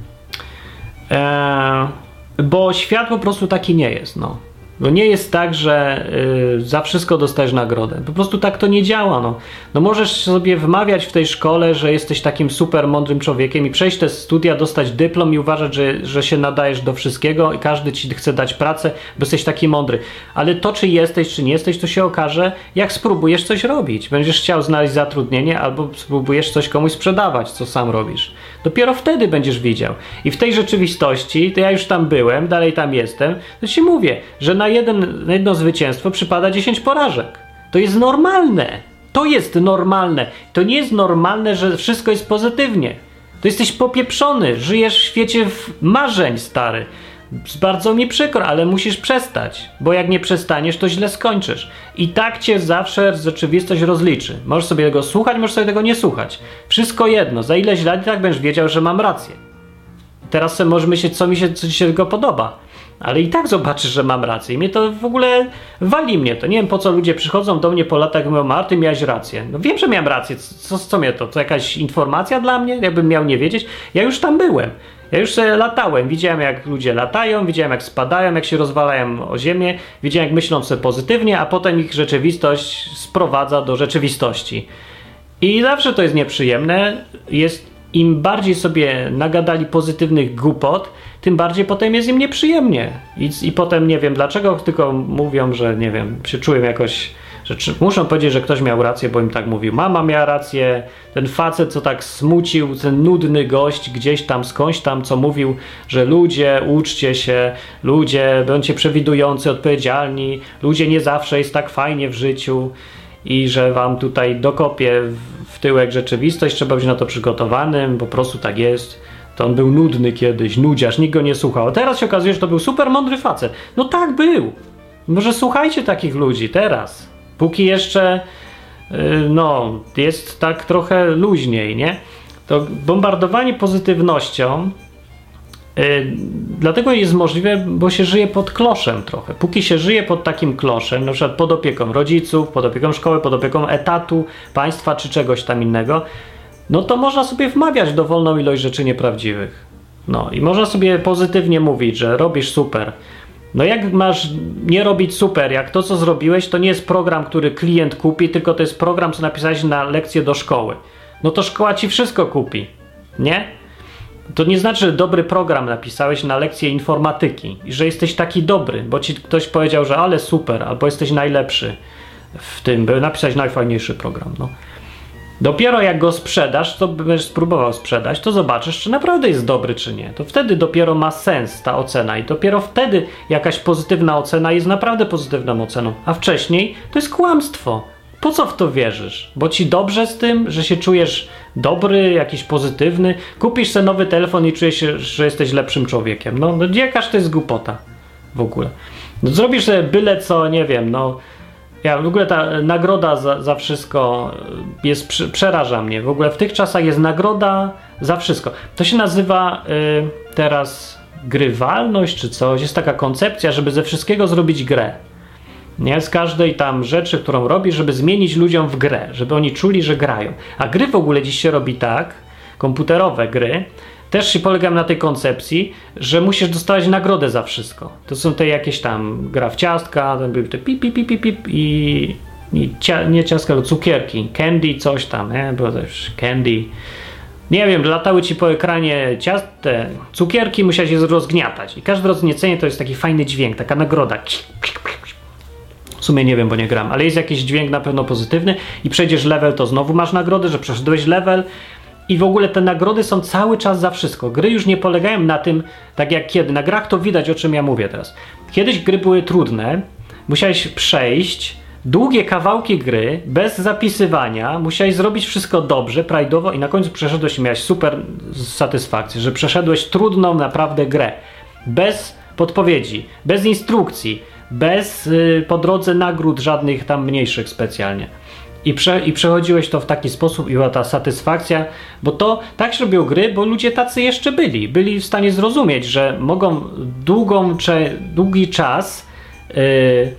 e, bo świat po prostu taki nie jest, no. Bo nie jest tak, że y, za wszystko dostajesz nagrodę. Po prostu tak to nie działa. No. No możesz sobie wmawiać w tej szkole, że jesteś takim super mądrym człowiekiem i przejść te studia, dostać dyplom i uważać, że, że się nadajesz do wszystkiego i każdy ci chce dać pracę, bo jesteś taki mądry. Ale to, czy jesteś, czy nie jesteś, to się okaże, jak spróbujesz coś robić. Będziesz chciał znaleźć zatrudnienie albo spróbujesz coś komuś sprzedawać, co sam robisz. Dopiero wtedy będziesz widział. I w tej rzeczywistości, to ja już tam byłem, dalej tam jestem, to ci mówię, że na, jeden, na jedno zwycięstwo przypada dziesięć porażek. To jest normalne. To jest normalne. To nie jest normalne, że wszystko jest pozytywnie. To jesteś popieprzony. Żyjesz w świecie marzeń, stary. Bardzo mi przykro, ale musisz przestać, bo jak nie przestaniesz, to źle skończysz. I tak cię zawsze rzeczywistość rozliczy. Możesz sobie tego słuchać, możesz sobie tego nie słuchać. Wszystko jedno, za ileś lat i tak będziesz wiedział, że mam rację. Teraz sobie możesz myśleć, co mi się, co ci się tego podoba. Ale i tak zobaczysz, że mam rację. I mnie to w ogóle wali mnie to. Nie wiem, po co ludzie przychodzą do mnie po latach i mówią: Marty, miałeś rację. No wiem, że miałem rację. Co, co mnie to? To jakaś informacja dla mnie? Jakbym miał nie wiedzieć? Ja już tam byłem. Ja już sobie latałem, widziałem, jak ludzie latają, widziałem, jak spadają, jak się rozwalają o ziemię, widziałem, jak myślą sobie pozytywnie, a potem ich rzeczywistość sprowadza do rzeczywistości. I zawsze to jest nieprzyjemne. Jest, im bardziej sobie nagadali pozytywnych głupot, tym bardziej potem jest im nieprzyjemnie. I, i potem nie wiem dlaczego, tylko mówią, że nie wiem, się czułem jakoś... Że czy, muszą powiedzieć, że ktoś miał rację, bo im tak mówił. Mama miała rację, ten facet, co tak smucił, ten nudny gość gdzieś tam, skądś tam, co mówił, że ludzie, uczcie się, ludzie, bądźcie przewidujący, odpowiedzialni, ludzie nie zawsze jest tak fajnie w życiu i że wam tutaj dokopie w, w tyłek rzeczywistość, trzeba być na to przygotowanym, po prostu tak jest. To on był nudny kiedyś, nudziarz, nikt go nie słuchał. A teraz się okazuje, że to był super mądry facet. No tak był. Może słuchajcie takich ludzi teraz. Póki jeszcze, no, jest tak trochę luźniej, nie? To bombardowanie pozytywnością Yy, dlatego jest możliwe, bo się żyje pod kloszem trochę. Póki się żyje pod takim kloszem, na przykład pod opieką rodziców, pod opieką szkoły, pod opieką etatu, państwa czy czegoś tam innego, no to można sobie wmawiać dowolną ilość rzeczy nieprawdziwych. No i można sobie pozytywnie mówić, że robisz super. No jak masz nie robić super, jak to co zrobiłeś to nie jest program, który klient kupi, tylko to jest program, co napisałeś na lekcję do szkoły. No to szkoła ci wszystko kupi, nie? To nie znaczy, że dobry program napisałeś na lekcję informatyki i że jesteś taki dobry, bo ci ktoś powiedział, że ale super, albo jesteś najlepszy w tym, by napisać najfajniejszy program. No. Dopiero jak go sprzedasz, to będziesz spróbował sprzedać, to zobaczysz, czy naprawdę jest dobry, czy nie. To wtedy dopiero ma sens ta ocena i dopiero wtedy jakaś pozytywna ocena jest naprawdę pozytywną oceną, a wcześniej to jest kłamstwo. Po co w to wierzysz? Bo ci dobrze z tym, że się czujesz dobry, jakiś pozytywny, kupisz sobie nowy telefon i czujesz się, że jesteś lepszym człowiekiem. No, no jakaż to jest głupota w ogóle. No, zrobisz sobie byle co, nie wiem, no ja w ogóle ta nagroda za, za wszystko jest, przeraża mnie. W ogóle w tych czasach jest nagroda za wszystko. To się nazywa y, teraz grywalność czy coś. Jest taka koncepcja, żeby ze wszystkiego zrobić grę. Nie? Z każdej tam rzeczy, którą robisz, żeby zmienić ludziom w grę, żeby oni czuli, że grają. A gry w ogóle dziś się robi tak, komputerowe gry, też się polegam na tej koncepcji, że musisz dostawać nagrodę za wszystko. To są te jakieś tam gra w ciastka, tam były te pip, pip, pip, pip, pip i, i cia, nie ciastka, tylko cukierki, candy, coś tam, nie? Było też candy. Nie wiem, latały ci po ekranie ciast, te cukierki, musiałeś je rozgniatać. I każde rozgniecenie to jest taki fajny dźwięk, taka nagroda. W sumie nie wiem, bo nie gram, ale jest jakiś dźwięk na pewno pozytywny i przejdziesz level, to znowu masz nagrodę, że przeszedłeś level i w ogóle te nagrody są cały czas za wszystko. Gry już nie polegają na tym, tak jak kiedy. Na grach to widać, o czym ja mówię teraz. Kiedyś gry były trudne, musiałeś przejść długie kawałki gry bez zapisywania, musiałeś zrobić wszystko dobrze, prajdowo i na końcu przeszedłeś i miałeś super satysfakcję, że przeszedłeś trudną naprawdę grę. Bez podpowiedzi, bez instrukcji, bez y, po drodze nagród żadnych tam mniejszych specjalnie. I, prze, I przechodziłeś to w taki sposób i była ta satysfakcja, bo to tak się robią gry, bo ludzie tacy jeszcze byli. Byli w stanie zrozumieć, że mogą długą, cze, długi czas y,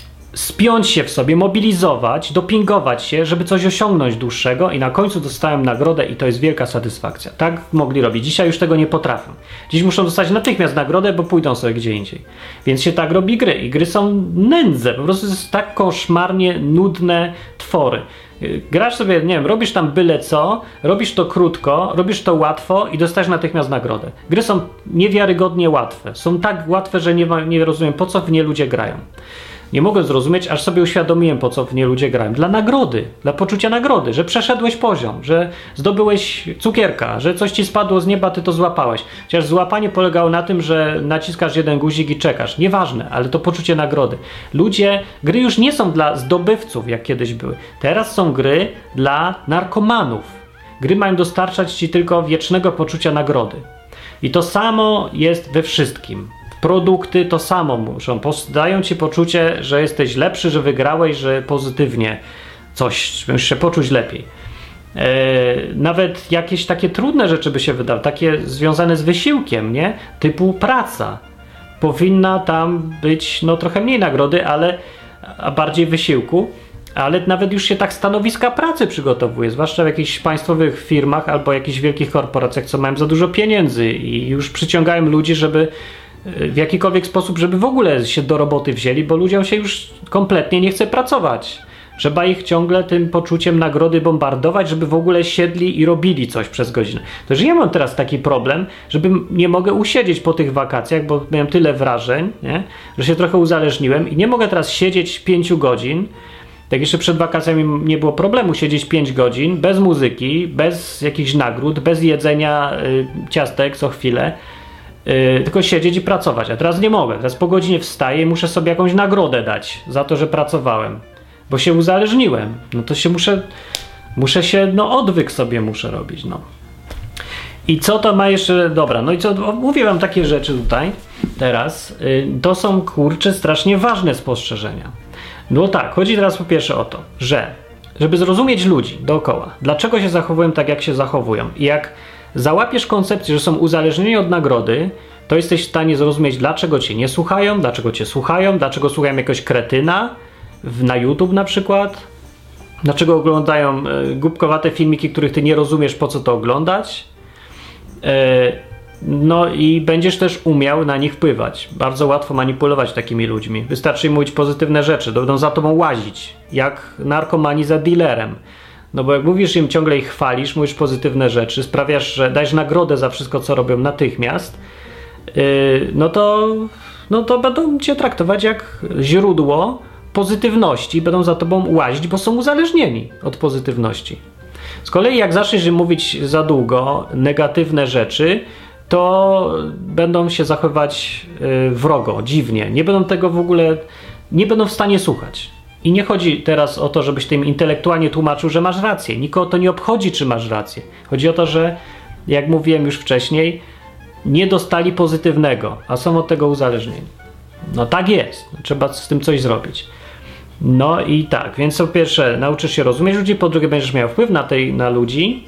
spiąć się w sobie, mobilizować, dopingować się, żeby coś osiągnąć dłuższego i na końcu dostałem nagrodę i to jest wielka satysfakcja. Tak mogli robić. Dzisiaj już tego nie potrafią. Dziś muszą dostać natychmiast nagrodę, bo pójdą sobie gdzie indziej. Więc się tak robi gry. I gry są nędze. Po prostu jest tak koszmarnie nudne twory. Grasz sobie, nie wiem, robisz tam byle co, robisz to krótko, robisz to łatwo i dostajesz natychmiast nagrodę. Gry są niewiarygodnie łatwe. Są tak łatwe, że nie, nie rozumiem, po co w nie ludzie grają. Nie mogę zrozumieć, aż sobie uświadomiłem, po co w nie ludzie grają. Dla nagrody, dla poczucia nagrody, że przeszedłeś poziom, że zdobyłeś cukierka, że coś ci spadło z nieba, ty to złapałeś. Chociaż złapanie polegało na tym, że naciskasz jeden guzik i czekasz. Nieważne, ale to poczucie nagrody. Ludzie, gry już nie są dla zdobywców, jak kiedyś były. Teraz są gry dla narkomanów. Gry mają dostarczać ci tylko wiecznego poczucia nagrody. I to samo jest we wszystkim. Produkty to samo muszą, dają ci poczucie, że jesteś lepszy, że wygrałeś, że pozytywnie coś, musisz się poczuć lepiej. E, nawet jakieś takie trudne rzeczy by się wydały, takie związane z wysiłkiem, nie? Typu praca. Powinna tam być no trochę mniej nagrody, ale a bardziej wysiłku, ale nawet już się tak stanowiska pracy przygotowuje, zwłaszcza w jakichś państwowych firmach albo jakichś wielkich korporacjach, co mają za dużo pieniędzy i już przyciągają ludzi, żeby w jakikolwiek sposób, żeby w ogóle się do roboty wzięli, bo ludziom się już kompletnie nie chce pracować. Trzeba ich ciągle tym poczuciem nagrody bombardować, żeby w ogóle siedli i robili coś przez godzinę. To, że ja mam teraz taki problem, żeby nie mogę usiedzieć po tych wakacjach, bo miałem tyle wrażeń, nie? Że się trochę uzależniłem i nie mogę teraz siedzieć pięciu godzin. Tak jeszcze przed wakacjami nie było problemu siedzieć pięć godzin bez muzyki, bez jakichś nagród, bez jedzenia y, ciastek co chwilę. Yy, tylko siedzieć i pracować, a teraz nie mogę, teraz po godzinie wstaję i muszę sobie jakąś nagrodę dać za to, że pracowałem, bo się uzależniłem, no to się muszę, muszę się, no odwyk sobie muszę robić, no. I co to ma jeszcze, dobra, no i co, mówię wam takie rzeczy tutaj, teraz, yy, to są, kurczę, strasznie ważne spostrzeżenia. No tak, chodzi teraz po pierwsze o to, że, żeby zrozumieć ludzi dookoła, dlaczego się zachowują tak, jak się zachowują i jak załapiesz koncepcję, że są uzależnieni od nagrody, to jesteś w stanie zrozumieć, dlaczego cię nie słuchają, dlaczego cię słuchają, dlaczego słuchają jakiegoś kretyna w, na YouTube na przykład, dlaczego oglądają y, głupkowate filmiki, których ty nie rozumiesz, po co to oglądać. Y, no i będziesz też umiał na nich wpływać. Bardzo łatwo manipulować takimi ludźmi. Wystarczy im mówić pozytywne rzeczy, będą za tobą łazić, jak narkomani za dealerem. No bo jak mówisz im, ciągle ich chwalisz, mówisz pozytywne rzeczy, sprawiasz, że dajesz nagrodę za wszystko, co robią natychmiast, yy, no to no to będą cię traktować jak źródło pozytywności, będą za tobą łazić, bo są uzależnieni od pozytywności. Z kolei jak zaczniesz im mówić za długo negatywne rzeczy, to będą się zachowywać yy, wrogo, dziwnie, nie będą tego w ogóle, nie będą w stanie słuchać. I nie chodzi teraz o to, żebyś tym intelektualnie tłumaczył, że masz rację. Nikogo to nie obchodzi, czy masz rację. Chodzi o to, że, jak mówiłem już wcześniej, nie dostali pozytywnego, a są od tego uzależnieni. No tak jest. Trzeba z tym coś zrobić. No i tak, więc po pierwsze nauczysz się rozumieć ludzi, po drugie będziesz miał wpływ na, tej, na ludzi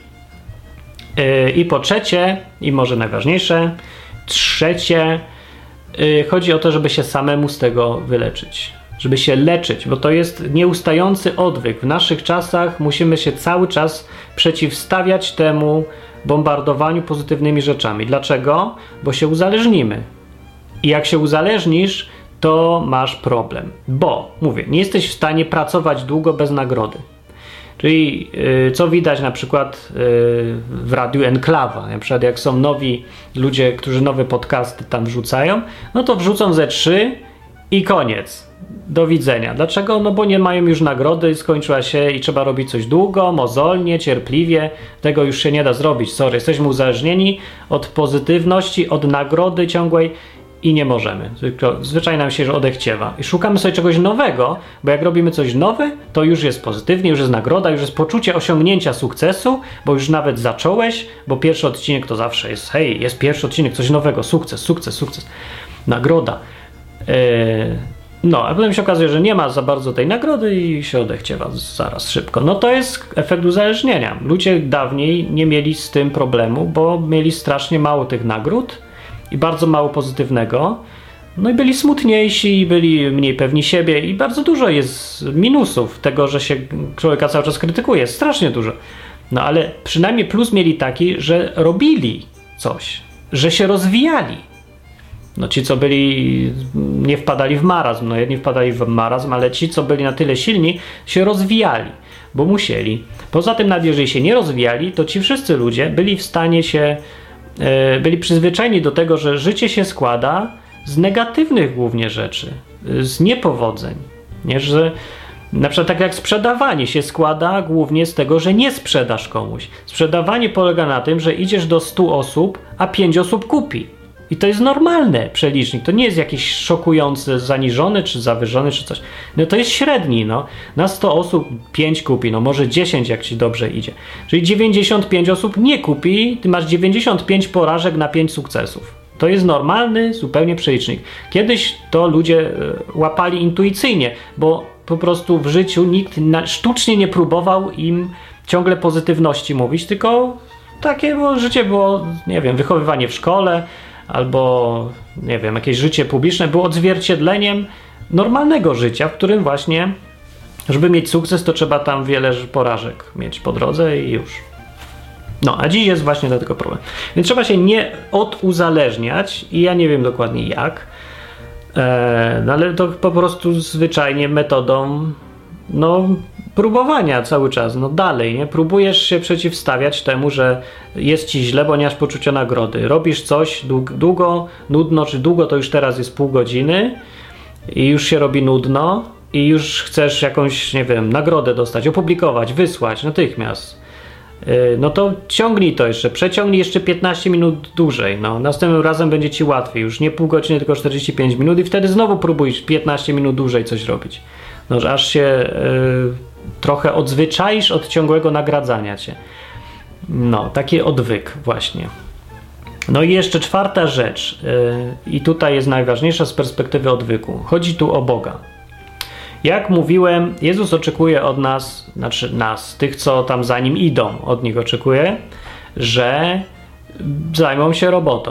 yy, i po trzecie, i może najważniejsze, trzecie, yy, chodzi o to, żeby się samemu z tego wyleczyć. Żeby się leczyć, bo to jest nieustający odwyk. W naszych czasach musimy się cały czas przeciwstawiać temu bombardowaniu pozytywnymi rzeczami. Dlaczego? Bo się uzależnimy. I jak się uzależnisz, to masz problem. Bo, mówię, nie jesteś w stanie pracować długo bez nagrody. Czyli yy, co widać na przykład yy, w Radiu Enklawa, na przykład jak są nowi ludzie, którzy nowe podcasty tam wrzucają, no to wrzucą ze trzy i koniec. Do widzenia. Dlaczego? No bo nie mają już nagrody, skończyła się i trzeba robić coś długo, mozolnie, cierpliwie. Tego już się nie da zrobić. Sorry, jesteśmy uzależnieni od pozytywności, od nagrody ciągłej i nie możemy. Zwyczajnie nam się że odechciewa. I szukamy sobie czegoś nowego, bo jak robimy coś nowe, to już jest pozytywnie, już jest nagroda, już jest poczucie osiągnięcia sukcesu, bo już nawet zacząłeś, bo pierwszy odcinek to zawsze jest hej, jest pierwszy odcinek, coś nowego, sukces, sukces, sukces, nagroda. Yy... No, a potem się okazuje, że nie ma za bardzo tej nagrody i się odechciewa zaraz szybko. No to jest efekt uzależnienia. Ludzie dawniej nie mieli z tym problemu, bo mieli strasznie mało tych nagród i bardzo mało pozytywnego. No i byli smutniejsi, byli mniej pewni siebie i bardzo dużo jest minusów tego, że się człowieka cały czas krytykuje. Strasznie dużo. No ale przynajmniej plus mieli taki, że robili coś, że się rozwijali. No ci, co byli, nie wpadali w marazm, no jedni wpadali w marazm, ale ci, co byli na tyle silni, się rozwijali, bo musieli. Poza tym, nawet jeżeli się nie rozwijali, to ci wszyscy ludzie byli w stanie się, e, byli przyzwyczajeni do tego, że życie się składa z negatywnych głównie rzeczy, z niepowodzeń, nie? Że na przykład tak jak sprzedawanie się składa głównie z tego, że nie sprzedasz komuś. Sprzedawanie polega na tym, że idziesz do stu osób, a pięć osób kupi. I to jest normalny przelicznik, to nie jest jakiś szokujący, zaniżony, czy zawyżony, czy coś. No to jest średni, no. Na sto osób pięć kupi, no może dziesięć, jak ci dobrze idzie. Czyli dziewięćdziesiąt pięć osób nie kupi, ty masz dziewięćdziesiąt pięć porażek na pięć sukcesów. To jest normalny zupełnie przelicznik. Kiedyś to ludzie łapali intuicyjnie, bo po prostu w życiu nikt na, sztucznie nie próbował im ciągle pozytywności mówić, tylko takie bo życie było, nie wiem, wychowywanie w szkole, albo, nie wiem, jakieś życie publiczne było odzwierciedleniem normalnego życia, w którym właśnie, żeby mieć sukces, to trzeba tam wiele porażek mieć po drodze i już. No, a dziś jest właśnie do tego problem. Więc trzeba się nie oduzależniać i ja nie wiem dokładnie jak, e, no ale to po prostu zwyczajnie metodą no próbowania cały czas, no dalej, nie? Próbujesz się przeciwstawiać temu, że jest ci źle, bo nie masz poczucia nagrody. Robisz coś długo, nudno, czy długo to już teraz jest pół godziny i już się robi nudno i już chcesz jakąś, nie wiem, nagrodę dostać, opublikować, wysłać natychmiast. No to ciągnij to jeszcze, przeciągnij jeszcze piętnaście minut dłużej, no następnym razem będzie ci łatwiej, już nie pół godziny, tylko czterdzieści pięć minut i wtedy znowu próbuj piętnaście minut dłużej coś robić. No, że aż się y, trochę odzwyczaisz od ciągłego nagradzania cię. No, taki odwyk właśnie. No i jeszcze czwarta rzecz, y, i tutaj jest najważniejsza z perspektywy odwyku. Chodzi tu o Boga. Jak mówiłem, Jezus oczekuje od nas, znaczy nas, tych, co tam za Nim idą, od nich oczekuje, że zajmą się robotą.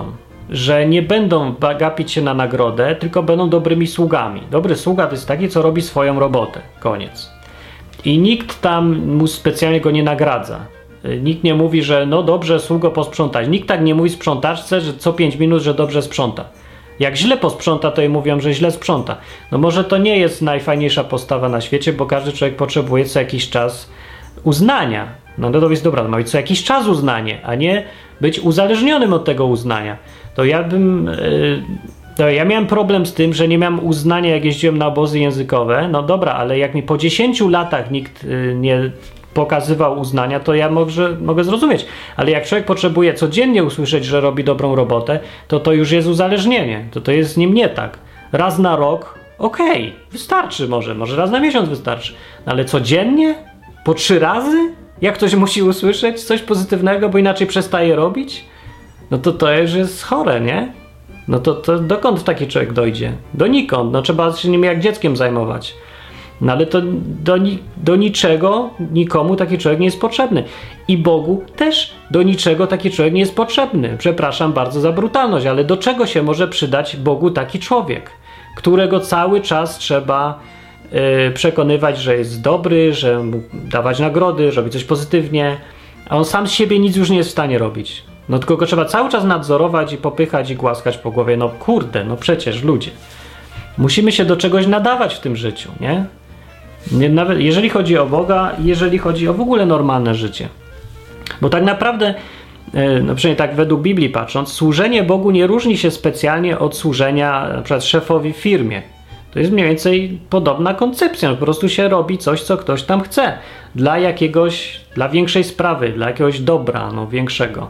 że nie będą gapić się na nagrodę, tylko będą dobrymi sługami. Dobry sługa to jest taki, co robi swoją robotę. Koniec. I nikt tam mu specjalnie go nie nagradza. Nikt nie mówi, że no dobrze, sługo, posprzątać. Nikt tak nie mówi sprzątaczce, że co pięć minut, że dobrze sprząta. Jak źle posprząta, to jej mówią, że źle sprząta. No może to nie jest najfajniejsza postawa na świecie, bo każdy człowiek potrzebuje co jakiś czas uznania. No to jest dobra, ma być co jakiś czas uznanie, a nie być uzależnionym od tego uznania. To ja bym... Yy, to ja miałem problem z tym, że nie miałem uznania, jak jeździłem na obozy językowe. No dobra, ale jak mi po dziesięciu latach nikt yy, nie pokazywał uznania, to ja może, mogę zrozumieć. Ale jak człowiek potrzebuje codziennie usłyszeć, że robi dobrą robotę, to to już jest uzależnienie. To to jest z nim nie tak. Raz na rok, okej, okay, wystarczy może. Może raz na miesiąc wystarczy. Ale codziennie? Po trzy razy? Jak ktoś musi usłyszeć coś pozytywnego, bo inaczej przestaje robić? No to to już jest chore, nie? No to, to dokąd taki człowiek dojdzie? Donikąd. No trzeba się nim jak dzieckiem zajmować. No ale to do, do niczego, nikomu taki człowiek nie jest potrzebny. I Bogu też do niczego taki człowiek nie jest potrzebny. Przepraszam bardzo za brutalność, ale do czego się może przydać Bogu taki człowiek, którego cały czas trzeba yy, przekonywać, że jest dobry, że mu dawać nagrody, że robi coś pozytywnie, a on sam z siebie nic już nie jest w stanie robić. No tylko go trzeba cały czas nadzorować i popychać i głaskać po głowie. No kurde, no przecież ludzie. Musimy się do czegoś nadawać w tym życiu, nie? Nie, nawet jeżeli chodzi o Boga, jeżeli chodzi o w ogóle normalne życie. Bo tak naprawdę, no przynajmniej tak według Biblii patrząc, służenie Bogu nie różni się specjalnie od służenia na przykład szefowi w firmie. To jest mniej więcej podobna koncepcja. Po prostu się robi coś, co ktoś tam chce. Dla jakiegoś, dla większej sprawy, dla jakiegoś dobra, no większego.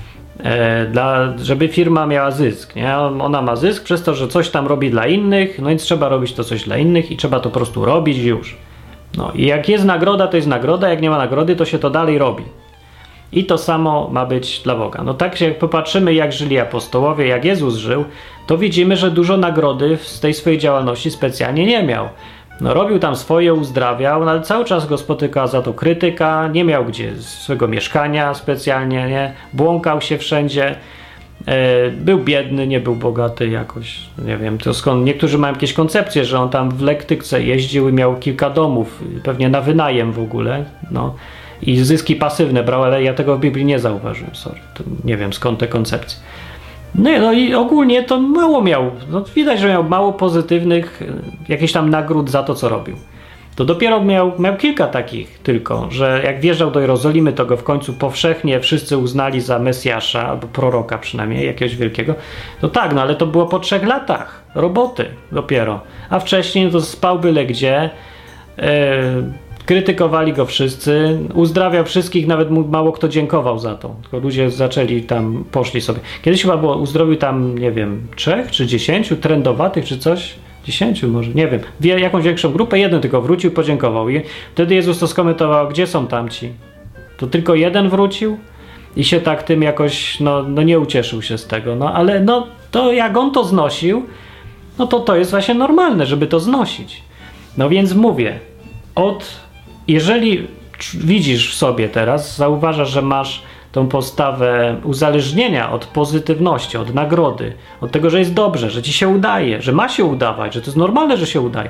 E, dla, żeby firma miała zysk, nie? Ona ma zysk przez to, że coś tam robi dla innych, no więc trzeba robić to coś dla innych i trzeba to po prostu robić już. No i jak jest nagroda, to jest nagroda, jak nie ma nagrody, to się to dalej robi. I to samo ma być dla Boga. No tak, jak popatrzymy, jak żyli apostołowie, jak Jezus żył, to widzimy, że dużo nagrody z tej swojej działalności specjalnie nie miał. No robił tam swoje, uzdrawiał, no ale cały czas go spotykała za to krytyka, nie miał gdzie swojego mieszkania specjalnie, nie? Błąkał się wszędzie, e, był biedny, nie był bogaty jakoś, nie wiem, to skąd, niektórzy mają jakieś koncepcje, że on tam w lektyce jeździł i miał kilka domów, pewnie na wynajem w ogóle, no i zyski pasywne brał, ale ja tego w Biblii nie zauważyłem, sorry, to nie wiem skąd te koncepcje. No, no i ogólnie to mało miał, no widać, że miał mało pozytywnych jakichś tam nagród za to, co robił. To dopiero miał, miał kilka takich tylko, że jak wjeżdżał do Jerozolimy, to go w końcu powszechnie wszyscy uznali za Mesjasza, albo proroka przynajmniej, jakiegoś wielkiego. No tak, no ale to było po trzech latach roboty dopiero. A wcześniej no to spał byle gdzie, yy, krytykowali go wszyscy, uzdrawiał wszystkich, nawet mu mało kto dziękował za to. Tylko ludzie zaczęli tam, poszli sobie. Kiedyś chyba było, uzdrowił tam, nie wiem, trzech czy dziesięciu trendowatych czy coś. Dziesięciu może, nie wiem. Wie, jakąś większą grupę, jeden tylko wrócił, podziękował. I wtedy Jezus to skomentował, gdzie są tamci? To tylko jeden wrócił? I się tak tym jakoś, no, no nie ucieszył się z tego. No ale no, to jak on to znosił, no to to jest właśnie normalne, żeby to znosić. No więc mówię, od... Jeżeli widzisz w sobie teraz, zauważasz, że masz tą postawę uzależnienia od pozytywności, od nagrody, od tego, że jest dobrze, że ci się udaje, że ma się udawać, że to jest normalne, że się udaje,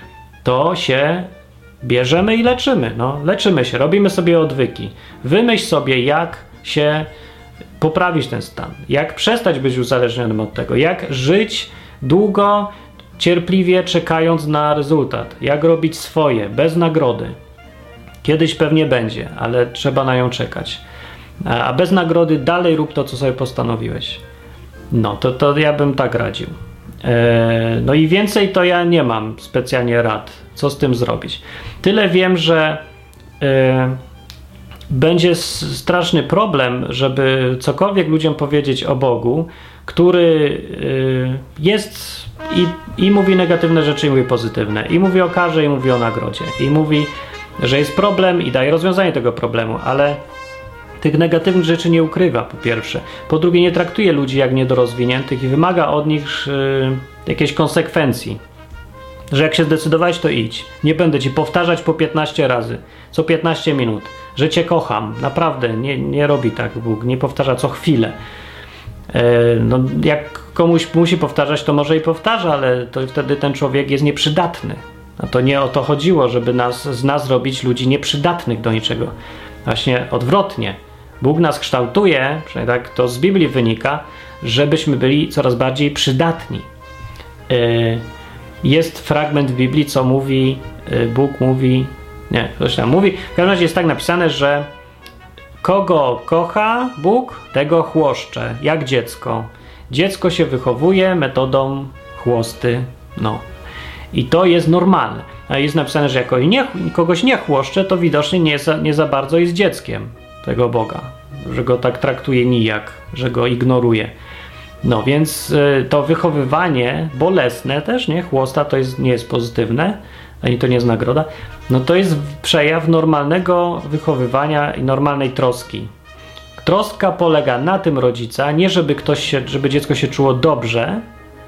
to się bierzemy i leczymy. No, leczymy się, robimy sobie odwyki. Wymyśl sobie, jak się poprawić ten stan, jak przestać być uzależnionym od tego, jak żyć długo, cierpliwie czekając na rezultat, jak robić swoje, bez nagrody. Kiedyś pewnie będzie, ale trzeba na nią czekać. A bez nagrody dalej rób to, co sobie postanowiłeś. No, to, to ja bym tak radził. Eee, no i więcej to ja nie mam specjalnie rad, co z tym zrobić. Tyle wiem, że e, będzie straszny problem, żeby cokolwiek ludziom powiedzieć o Bogu, który e, jest i, i mówi negatywne rzeczy, i mówi pozytywne. I mówi o karze, i mówi o nagrodzie. I mówi, że jest problem i daje rozwiązanie tego problemu, ale tych negatywnych rzeczy nie ukrywa, po pierwsze. Po drugie, nie traktuje ludzi jak niedorozwiniętych i wymaga od nich yy, jakiejś konsekwencji. Że jak się zdecydowałeś, to idź. Nie będę ci powtarzać po piętnaście razy, co piętnaście minut, że cię kocham. Naprawdę, nie, nie robi tak Bóg, nie powtarza co chwilę. No, jak komuś musi powtarzać, to może i powtarza, ale to wtedy ten człowiek jest nieprzydatny. A to nie o to chodziło, żeby nas, z nas robić ludzi nieprzydatnych do niczego. Właśnie odwrotnie. Bóg nas kształtuje, przynajmniej tak to z Biblii wynika, żebyśmy byli coraz bardziej przydatni. Jest fragment w Biblii, co mówi, Bóg mówi, nie, coś tam mówi. W każdym razie jest tak napisane, że kogo kocha Bóg, tego chłoszcze, jak dziecko. Dziecko się wychowuje metodą chłosty, no. I to jest normalne. A jest napisane, że jako nie, kogoś nie chłoszcze, to widocznie nie za, nie za bardzo jest dzieckiem tego Boga. Że go tak traktuje nijak, że go ignoruje. No więc y, to wychowywanie bolesne też, nie? Chłosta to jest, nie jest pozytywne, ani to nie jest nagroda. No to jest przejaw normalnego wychowywania i normalnej troski. Troska polega na tym rodzica, nie żeby ktoś się, żeby dziecko się czuło dobrze,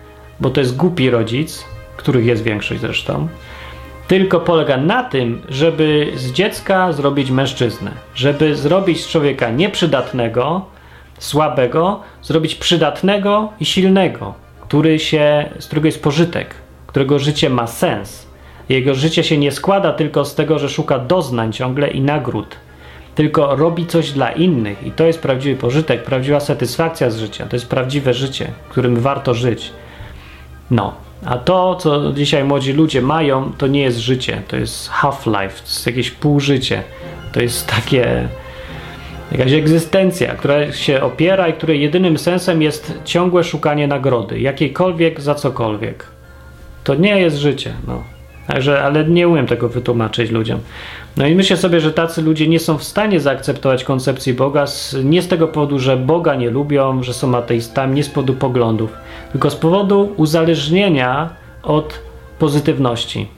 bo to jest głupi rodzic, których jest większość zresztą, tylko polega na tym, żeby z dziecka zrobić mężczyznę, żeby zrobić z człowieka nieprzydatnego, słabego, zrobić przydatnego i silnego, który się, z którego jest pożytek, którego życie ma sens. Jego życie się nie składa tylko z tego, że szuka doznań ciągle i nagród, tylko robi coś dla innych i to jest prawdziwy pożytek, prawdziwa satysfakcja z życia, to jest prawdziwe życie, którym warto żyć. No, a to, co dzisiaj młodzi ludzie mają, to nie jest życie, to jest half-life, to jest jakieś półżycie, to jest takie, jakaś egzystencja, która się opiera i której jedynym sensem jest ciągłe szukanie nagrody, jakiejkolwiek za cokolwiek. To nie jest życie, no. Także, ale nie umiem tego wytłumaczyć ludziom. No i myślę sobie, że tacy ludzie nie są w stanie zaakceptować koncepcji Boga, z, nie z tego powodu, że Boga nie lubią, że są ateistami, nie z powodu poglądów, tylko z powodu uzależnienia od pozytywności.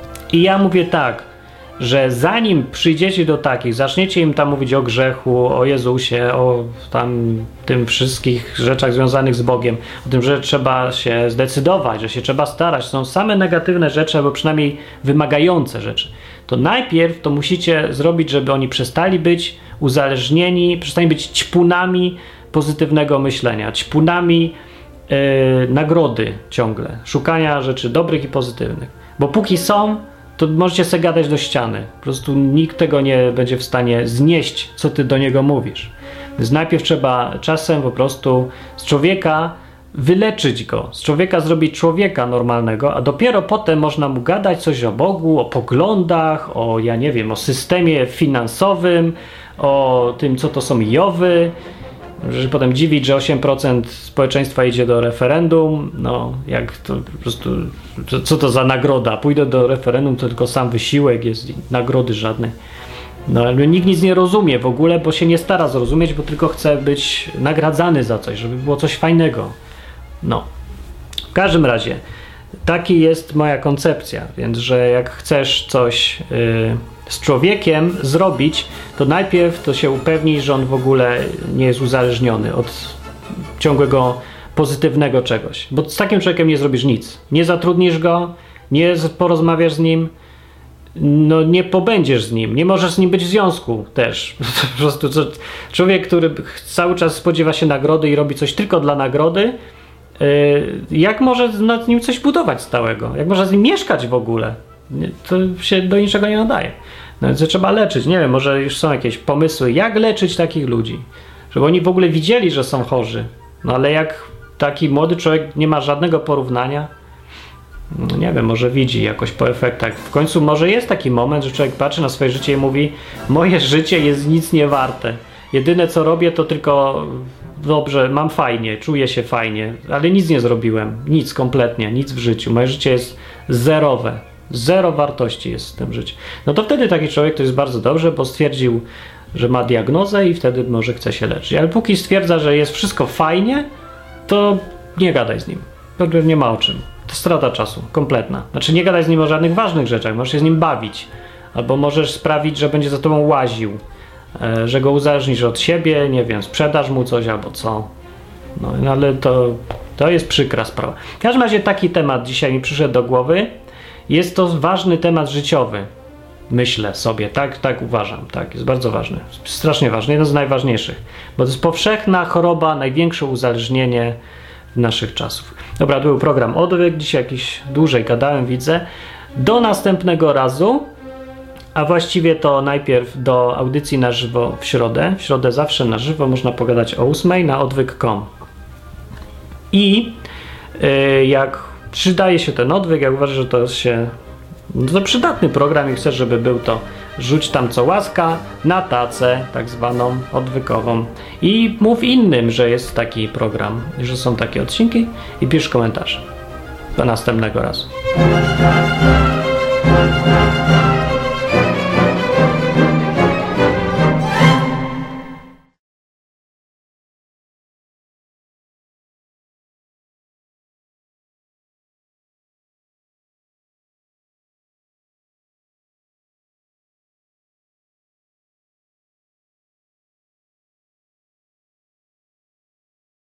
I ja mówię tak, że zanim przyjdziecie do takich, zaczniecie im tam mówić o grzechu, o Jezusie, o tam tym wszystkich rzeczach związanych z Bogiem, o tym, że trzeba się zdecydować, że się trzeba starać, są same negatywne rzeczy, albo przynajmniej wymagające rzeczy, to najpierw to musicie zrobić, żeby oni przestali być uzależnieni, przestali być ćpunami pozytywnego myślenia, ćpunami yy, nagrody ciągle, szukania rzeczy dobrych i pozytywnych. Bo póki są, to możecie sobie gadać do ściany. Po prostu nikt tego nie będzie w stanie znieść, co ty do niego mówisz. Więc najpierw trzeba czasem po prostu z człowieka wyleczyć go, z człowieka zrobić człowieka normalnego, a dopiero potem można mu gadać coś o Bogu, o poglądach, o, ja nie wiem, o systemie finansowym, o tym, co to są Jowy. Że potem dziwić, że osiem procent społeczeństwa idzie do referendum, no jak to po prostu, co to za nagroda? Pójdę do referendum, to tylko sam wysiłek jest i nagrody żadnej. No ale nikt nic nie rozumie w ogóle, bo się nie stara zrozumieć, bo tylko chce być nagradzany za coś, żeby było coś fajnego. No, w każdym razie taki jest moja koncepcja, więc że jak chcesz coś yy, z człowiekiem zrobić, to najpierw to się upewnij, że on w ogóle nie jest uzależniony od ciągłego pozytywnego czegoś, bo z takim człowiekiem nie zrobisz nic, nie zatrudnisz go, nie porozmawiasz z nim, no nie pobędziesz z nim, nie możesz z nim być w związku też. Po prostu to, człowiek, który cały czas spodziewa się nagrody i robi coś tylko dla nagrody, jak może nad nim coś budować stałego? Jak może z nim mieszkać w ogóle? To się do niczego nie nadaje. No więc trzeba leczyć. Nie wiem, może już są jakieś pomysły, jak leczyć takich ludzi. Żeby oni w ogóle widzieli, że są chorzy. No ale jak taki młody człowiek nie ma żadnego porównania, no nie wiem, może widzi jakoś po efektach. W końcu może jest taki moment, że człowiek patrzy na swoje życie i mówi: moje życie jest nic nie warte. Jedyne co robię to tylko dobrze, mam fajnie, czuję się fajnie, ale nic nie zrobiłem, nic kompletnie, nic w życiu. Moje życie jest zerowe, zero wartości jest w tym życiu. No to wtedy taki człowiek to jest bardzo dobrze, bo stwierdził, że ma diagnozę i wtedy może chce się leczyć. Ale póki stwierdza, że jest wszystko fajnie, to nie gadaj z nim. To nie ma o czym. To strata czasu, kompletna. Znaczy nie gadaj z nim o żadnych ważnych rzeczach, możesz się z nim bawić. Albo możesz sprawić, że będzie za tobą łaził. Że go uzależnisz od siebie, nie wiem, sprzedasz mu coś albo co. No ale to, to jest przykra sprawa. W każdym razie taki temat dzisiaj mi przyszedł do głowy. Jest to ważny temat życiowy. Myślę sobie, tak, tak uważam, tak, jest bardzo ważny, strasznie ważny, jeden z najważniejszych, bo to jest powszechna choroba, największe uzależnienie naszych czasów. Dobra, to był program Odwyk, dzisiaj jakiś dłużej gadałem, widzę. Do następnego razu, a właściwie to najpierw do audycji na żywo w środę, w środę zawsze na żywo, można pogadać o ósmej na odwyk kropka com. I yy, jak przydaje się ten odwyk, jak uważasz, że to się no to przydatny program i chcesz, żeby był, to rzuć tam co łaska na tacę tak zwaną odwykową i mów innym, że jest taki program, że są takie odcinki i pisz komentarze. Do następnego razu.